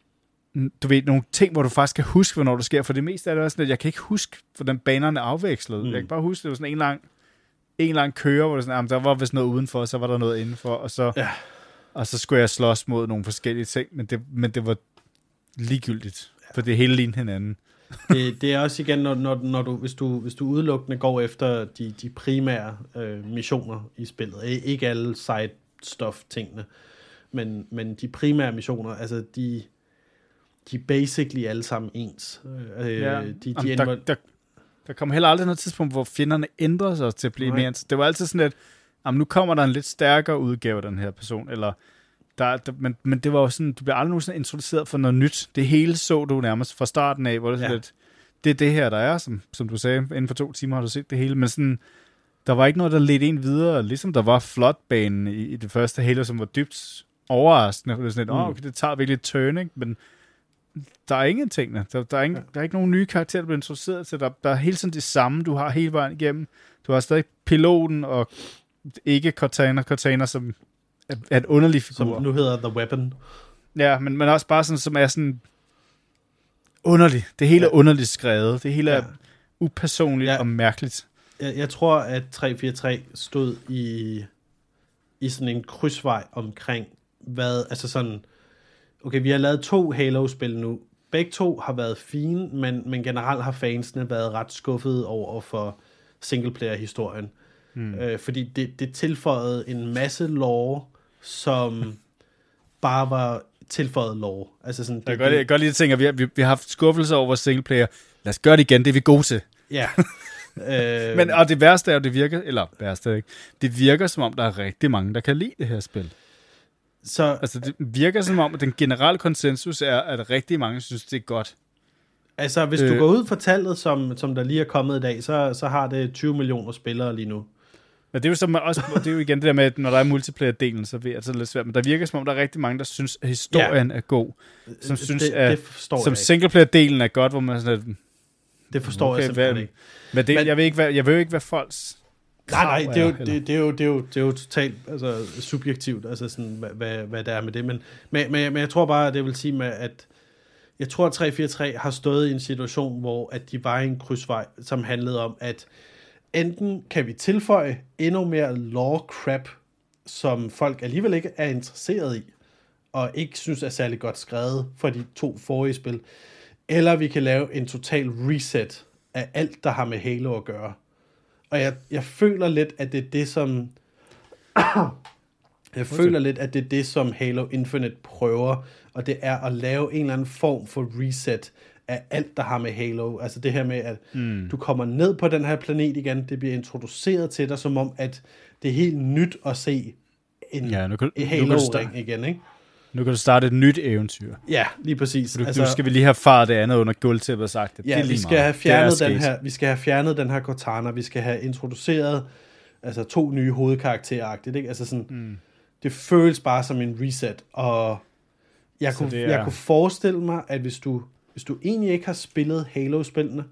du ved, nogle ting, hvor du faktisk kan huske, hvornår det sker. For det meste er det også sådan, at jeg kan ikke huske, hvordan banerne er afvekslet. Mm. Jeg kan bare huske, det var sådan en lang en lang køre, hvor det sådan, der var vist noget udenfor, så var der noget indenfor, og så, ja. og så skulle jeg slås mod nogle forskellige ting, men det, men det var ligegyldigt, ja. For det hele lignede hinanden. det, det er også igen, når, når, når du, hvis, du, hvis du udelukkende går efter de, de primære øh, missioner i spillet, ikke alle side stuff tingene, men, men de primære missioner, altså de, de er basically alle sammen ens. Øh, ja. de, de Jamen, der, der, Der kom heller aldrig noget tidspunkt, hvor fjenderne ændrede sig til at blive mere. Det var altid sådan lidt, jamen nu kommer der en lidt stærkere udgave af den her person, eller der, der, men, men det var jo sådan, du bliver aldrig nogensinde introduceret for noget nyt. Det hele så du nærmest fra starten af, hvor det er sådan ja. lidt, det er det her, der er, som, som du sagde, inden for to timer har du set det hele, men sådan, der var ikke noget, der ledte en videre, ligesom der var flotbanen i, i det første Halo, som var dybt overraskende. Det var sådan lidt, mm. åh, okay, det tager virkelig et turn, ikke? Men der er ingenting. Der, der, er ingen, der er ikke nogen nye karakterer, der bliver introduceret til. Der, der er hele tiden det samme, du har hele vejen igennem. Du har stadig piloten og ikke Cortana. Cortana, som er, er en underlig figur. Som nu hedder The Weapon. Ja, men, men også bare sådan, som er sådan underlig. Det hele ja. er underligt skrevet. Det hele ja. er upersonligt ja. og mærkeligt. Jeg, jeg tror, at tre fire tre stod i, i sådan en krydsvej omkring, hvad, altså sådan, okay, vi har lavet to Halo-spil nu. Begge to har været fine, men, men generelt har fansene været ret skuffede over for singleplayer-historien. Hmm. Øh, fordi det, det tilføjede en masse lore, som bare var tilføjet lore. Altså sådan, det, jeg, gør det, jeg gør lige det ting, at vi har, vi, vi har haft skuffelser over singleplayer. Lad os gøre det igen, det er vi gode til. Ja. øh, men, og det værste er jo, det virker, eller værste ikke, det virker som om, der er rigtig mange, der kan lide det her spil. Så, altså det virker som om, at den generelle konsensus er, at rigtig mange synes, det er godt. Altså, hvis øh, du går ud for tallet, som, som der lige er kommet i dag, så, så har det tyve millioner spillere lige nu. Ja, det er jo, som også, det er jo igen det der med, at når der er multiplayer-delen, så er det altså lidt svært. Men der virker som om, der er rigtig mange, der synes, at historien ja. er god. Som synes, det, at det som singleplayer-delen er godt, hvor man sådan at, det forstår okay, jeg simpelthen ikke. Men, det, men jeg, ved ikke hvad, jeg ved ikke, hvad folks... Nej, nej, det er jo, det, det er jo, det er jo, det er jo totalt altså, subjektivt, altså sådan, hvad, hvad, hvad der er med det. Men, men, men jeg tror bare, det vil sige med, at jeg tror, at tre fire tre har stået i en situation, hvor at de var i en krydsvej, som handlede om, at enten kan vi tilføje endnu mere lore crap, som folk alligevel ikke er interesseret i, og ikke synes er særlig godt skrevet for de to forrige spil, eller vi kan lave en total reset af alt, der har med Halo at gøre. Og jeg, jeg føler lidt, at det er det, som... jeg føler lidt, at det er det, som Halo Infinite prøver, og det er at lave en eller anden form for reset af alt, der har med Halo. Altså det her med, at mm. du kommer ned på den her planet igen, det bliver introduceret til dig, som om, at det er helt nyt at se en, ja, nu kan, en Halo-ring igen, ikke? Nu kan du starte et nyt eventyr. Ja, lige præcis. Du, altså, du skal vi lige have faret det andet under gulvtæppet og sagt det. Ja, det er lige vi skal meget. have fjernet den her, vi skal have fjernet den her Cortana, vi skal have introduceret altså to nye hovedkarakterer-agtigt, ikke? Altså sådan, mm. det føles bare som en reset, og jeg kunne, er... jeg kunne forestille mig, at hvis du, hvis du egentlig ikke har spillet Halo-spillene,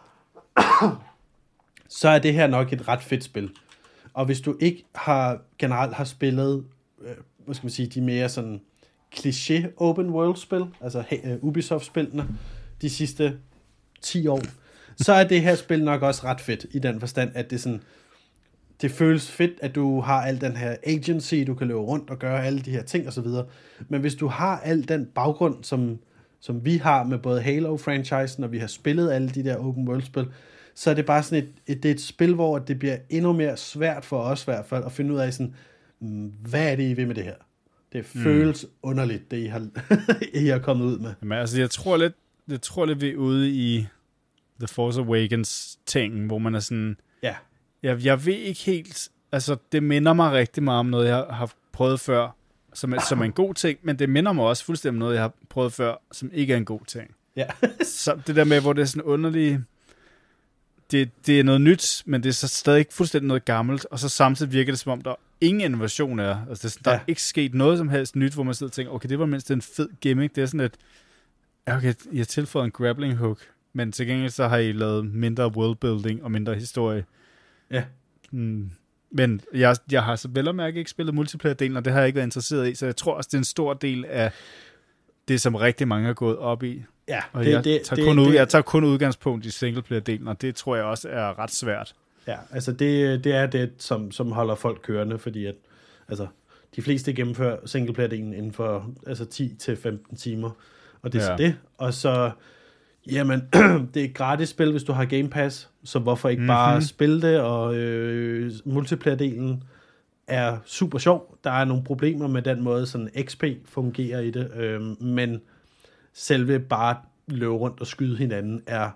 så er det her nok et ret fedt spil. Og hvis du ikke har generelt har spillet, øh, hvad skal man sige, de mere sådan kliché open world spil, altså uh, Ubisoft-spillene, de sidste ti år, så er det her spil nok også ret fedt, i den forstand, at det sådan, det føles fedt, at du har al den her agency, du kan løbe rundt og gøre alle de her ting og så videre. Men hvis du har al den baggrund, som, som vi har med både Halo-franchisen, og vi har spillet alle de der open world-spil, så er det bare sådan et, et, det er et spil, hvor det bliver endnu mere svært for os i hvert fald, at finde ud af sådan, hvad er det, I vil med det her? Det føles mm. underligt, det I har, I har kommet ud med. Jamen, altså, jeg tror lidt, jeg tror lidt, vi er ude i The Force Awakens-ting, hvor man er sådan, ja. jeg, jeg ved ikke helt, altså, det minder mig rigtig meget om noget, jeg har prøvet før, som er, som er en god ting, men det minder mig også fuldstændig om noget, jeg har prøvet før, som ikke er en god ting. Ja. Så det der med, hvor det er sådan underligt, det, det er noget nyt, men det er så stadig fuldstændig noget gammelt, og så samtidig virker det, som om der ingen innovation er. Altså, det, der ja. er ikke sket noget som helst nyt, hvor man sidder og tænker, okay, det var mindst en fed gimmick. Det er sådan et, okay, I har tilføjet en grappling hook, men til gengæld så har I lavet mindre worldbuilding og mindre historie. Ja. Mm. Men jeg, jeg har så vel og mærke ikke spillet multiplayer-delen, og det har jeg ikke været interesseret i, så jeg tror også, det er en stor del af det, som rigtig mange har gået op i. Ja, og det, jeg, det, tager det, kun ud, det, jeg tager kun udgangspunkt i singleplayer-delen, og det tror jeg også er ret svært. Ja, altså det, det er det, som, som holder folk kørende, fordi at, altså, de fleste gennemfører singleplayer-delen inden for altså ti til femten timer, og det er ja. så det. Og så, jamen, det er et gratis spil, hvis du har Game Pass, så hvorfor ikke mm-hmm. bare spille det, og øh, multiplayer-delen er super sjov. Der er nogle problemer med den måde, sådan X P fungerer i det, øh, men selve bare løbe rundt og skyde hinanden er,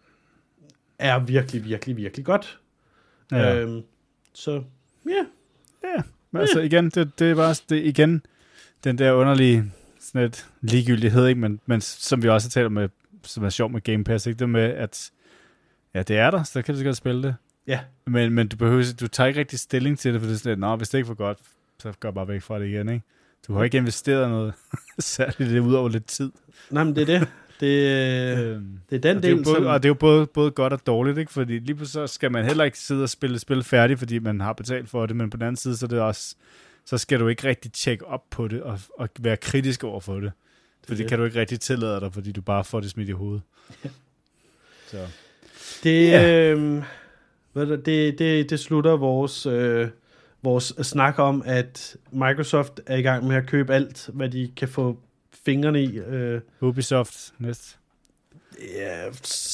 er virkelig, virkelig, virkelig godt. Ja. Øhm, så, ja. Yeah. Ja, men altså igen, det, det er bare det, igen, den der underlige sådan et ligegyldighed, ikke? Men, men som vi også har talt om, med, som er sjov med Game Pass, ikke? Det med, at ja, det er der, så kan du godt spille det. Ja. Men, men du behøver, du tager ikke rigtig stilling til det, for det er sådan lidt, nå, hvis det ikke er for godt, så går bare væk fra det igen, ikke? Du har ikke investeret noget særligt det ud over lidt tid. Nej, men det er det. Det, øhm, det er den og del, det er både, som... Og det er jo både, både godt og dårligt, ikke? Fordi lige pludselig så skal man heller ikke sidde og spille spil færdigt, fordi man har betalt for det, men på den anden side, så, er det også, så skal du ikke rigtig tjekke op på det, og, og være kritisk over for det. For det, det kan du ikke rigtig tillade dig, fordi du bare får det smidt i hovedet. Ja. Så. Det, ja. øh, det, det, det slutter vores... Øh, vores snak om, at Microsoft er i gang med at købe alt, hvad de kan få fingrene i. Øh. Ubisoft næst. Ja,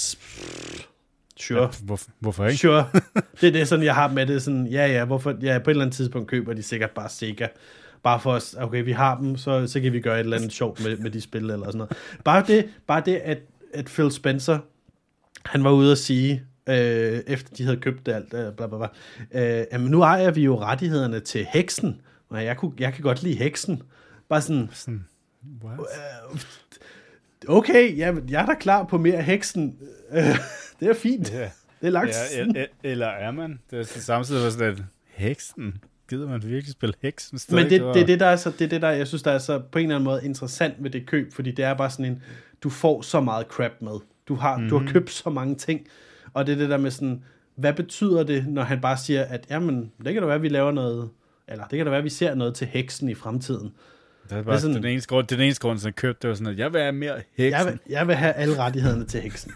sure. Ja, hvor, hvorfor ikke? Sure. Det er det, sådan, jeg har med det. Sådan, ja, ja, hvorfor, ja, på et eller andet tidspunkt køber de sikkert bare Sega. Bare for os, okay, vi har dem, så, så kan vi gøre et eller andet sjovt med, med de spil, eller sådan noget. Bare det, bare det at, at Phil Spencer, han var ude at sige, Øh, efter de havde købt det alt, øh, bla bla bla. Øh, jamen nu ejer vi jo rettighederne til heksen, og jeg, kunne, jeg kan godt lide heksen. Bare sådan, sådan what? Øh, okay, jamen, jeg er da klar på mere heksen. Øh, det er fint. Yeah. Det er langt ja, eller, eller er man? Det er samtidig var sådan, at heksen, gider man virkelig spille heksen? Men det, det, det, det, der er så, det er det, der, jeg synes, der er så på en eller anden måde interessant med det køb, fordi det er bare sådan en, du får så meget crap med. Du har, mm-hmm. du har købt så mange ting. Og det er det der med sådan, hvad betyder det, når han bare siger, at jamen, det kan da være, at vi laver noget, eller det kan da være, at vi ser noget til heksen i fremtiden. Det er bare det er sådan, den eneste grund, den eneste grund, som købte, det var sådan, at jeg vil have mere heksen. Jeg vil, jeg vil have alle rettighederne til heksen.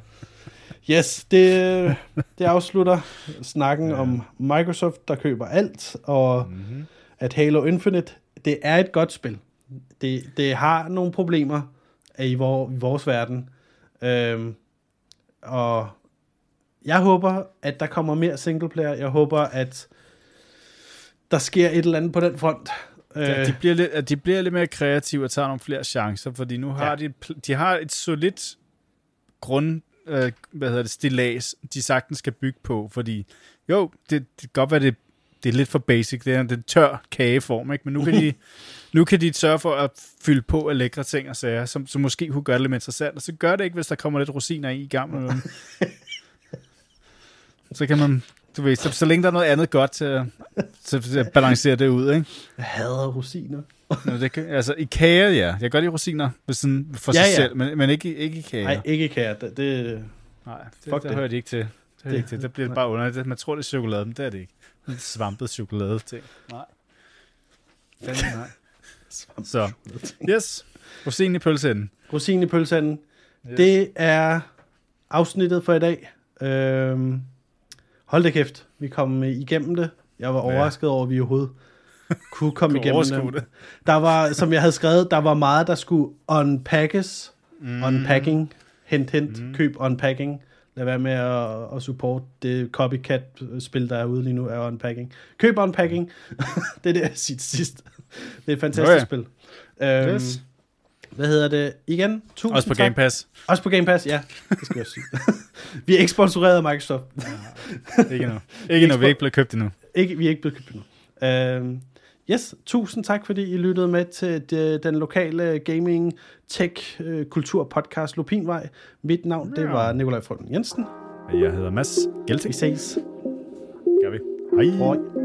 Yes, det, det afslutter snakken ja. om Microsoft, der køber alt, og mm-hmm. at Halo Infinite, det er et godt spil. det, det har nogle problemer i, vor, i vores verden. Øhm, og jeg håber, at der kommer mere singleplayer. Jeg håber, at der sker et eller andet på den front. Ja, de, bliver lidt, de bliver lidt mere kreative og tager nogle flere chancer, fordi nu har ja. de, de har et solidt grund, øh, hvad hedder det, stillads, de sagtens skal bygge på, fordi jo, det, det kan godt være, det, det er lidt for basic, det er en tør kageform, ikke? Men nu kan, de, nu kan de sørge for at fylde på af lækre ting og sager, som, som måske kunne gøre det lidt mere interessant, og så gør det ikke, hvis der kommer lidt rosiner i i gang. Så kan man, du ved, så, så længe der er noget andet godt til at, til at balancere det ud, ikke? Jeg hader rosiner. Nå, det kan, altså i kager, ja. Jeg kan godt lide rosiner sådan, for ja, sig ja. selv, men, men ikke, ikke i kager. Nej, ikke i kager. Det, det, Nej, det, det, der hører de ikke til. Det, det, ikke til. Det bliver bare underligt. Man tror, det er chokolade, men det er det ikke. Det er svampet chokolade ting. Nej. Den, nej. Så, yes. Rosinen i pølseenden. Rosinen i pølseenden. Yes. Det er afsnittet for i dag. Øhm, hold da kæft. Vi kom igennem det. Jeg var overrasket over, at vi overhovedet kunne komme igennem det. Der var, som jeg havde skrevet, der var meget, der skulle unpackes. Mm. Unpacking. Hent, hent. Mm. Køb unpacking. Lad være med at, at support det copycat-spil, der er ude lige nu, er unpacking. Køb unpacking. Det er det, jeg siger til sidst. Det er et fantastisk oh, ja. spil. Øhm, yes. Hvad hedder det? Igen, tusind Også på tak. Game Pass. Også på Game Pass, ja. Det skal jeg sige. Vi er ikke sponsoreret af Microsoft. Ja, ikke endnu. Ikke endnu, vi er ikke blevet købt endnu. Ikke, vi er ikke blevet købt endnu. Øhm, yes, tusind tak, fordi I lyttede med til det, den lokale gaming, tech, kultur podcast Lupinvej. Mit navn, ja. det var Nikolaj Frøden Jensen. Jeg hedder Mads Gelting. Vi ses. Gør vi. Hej. Hej.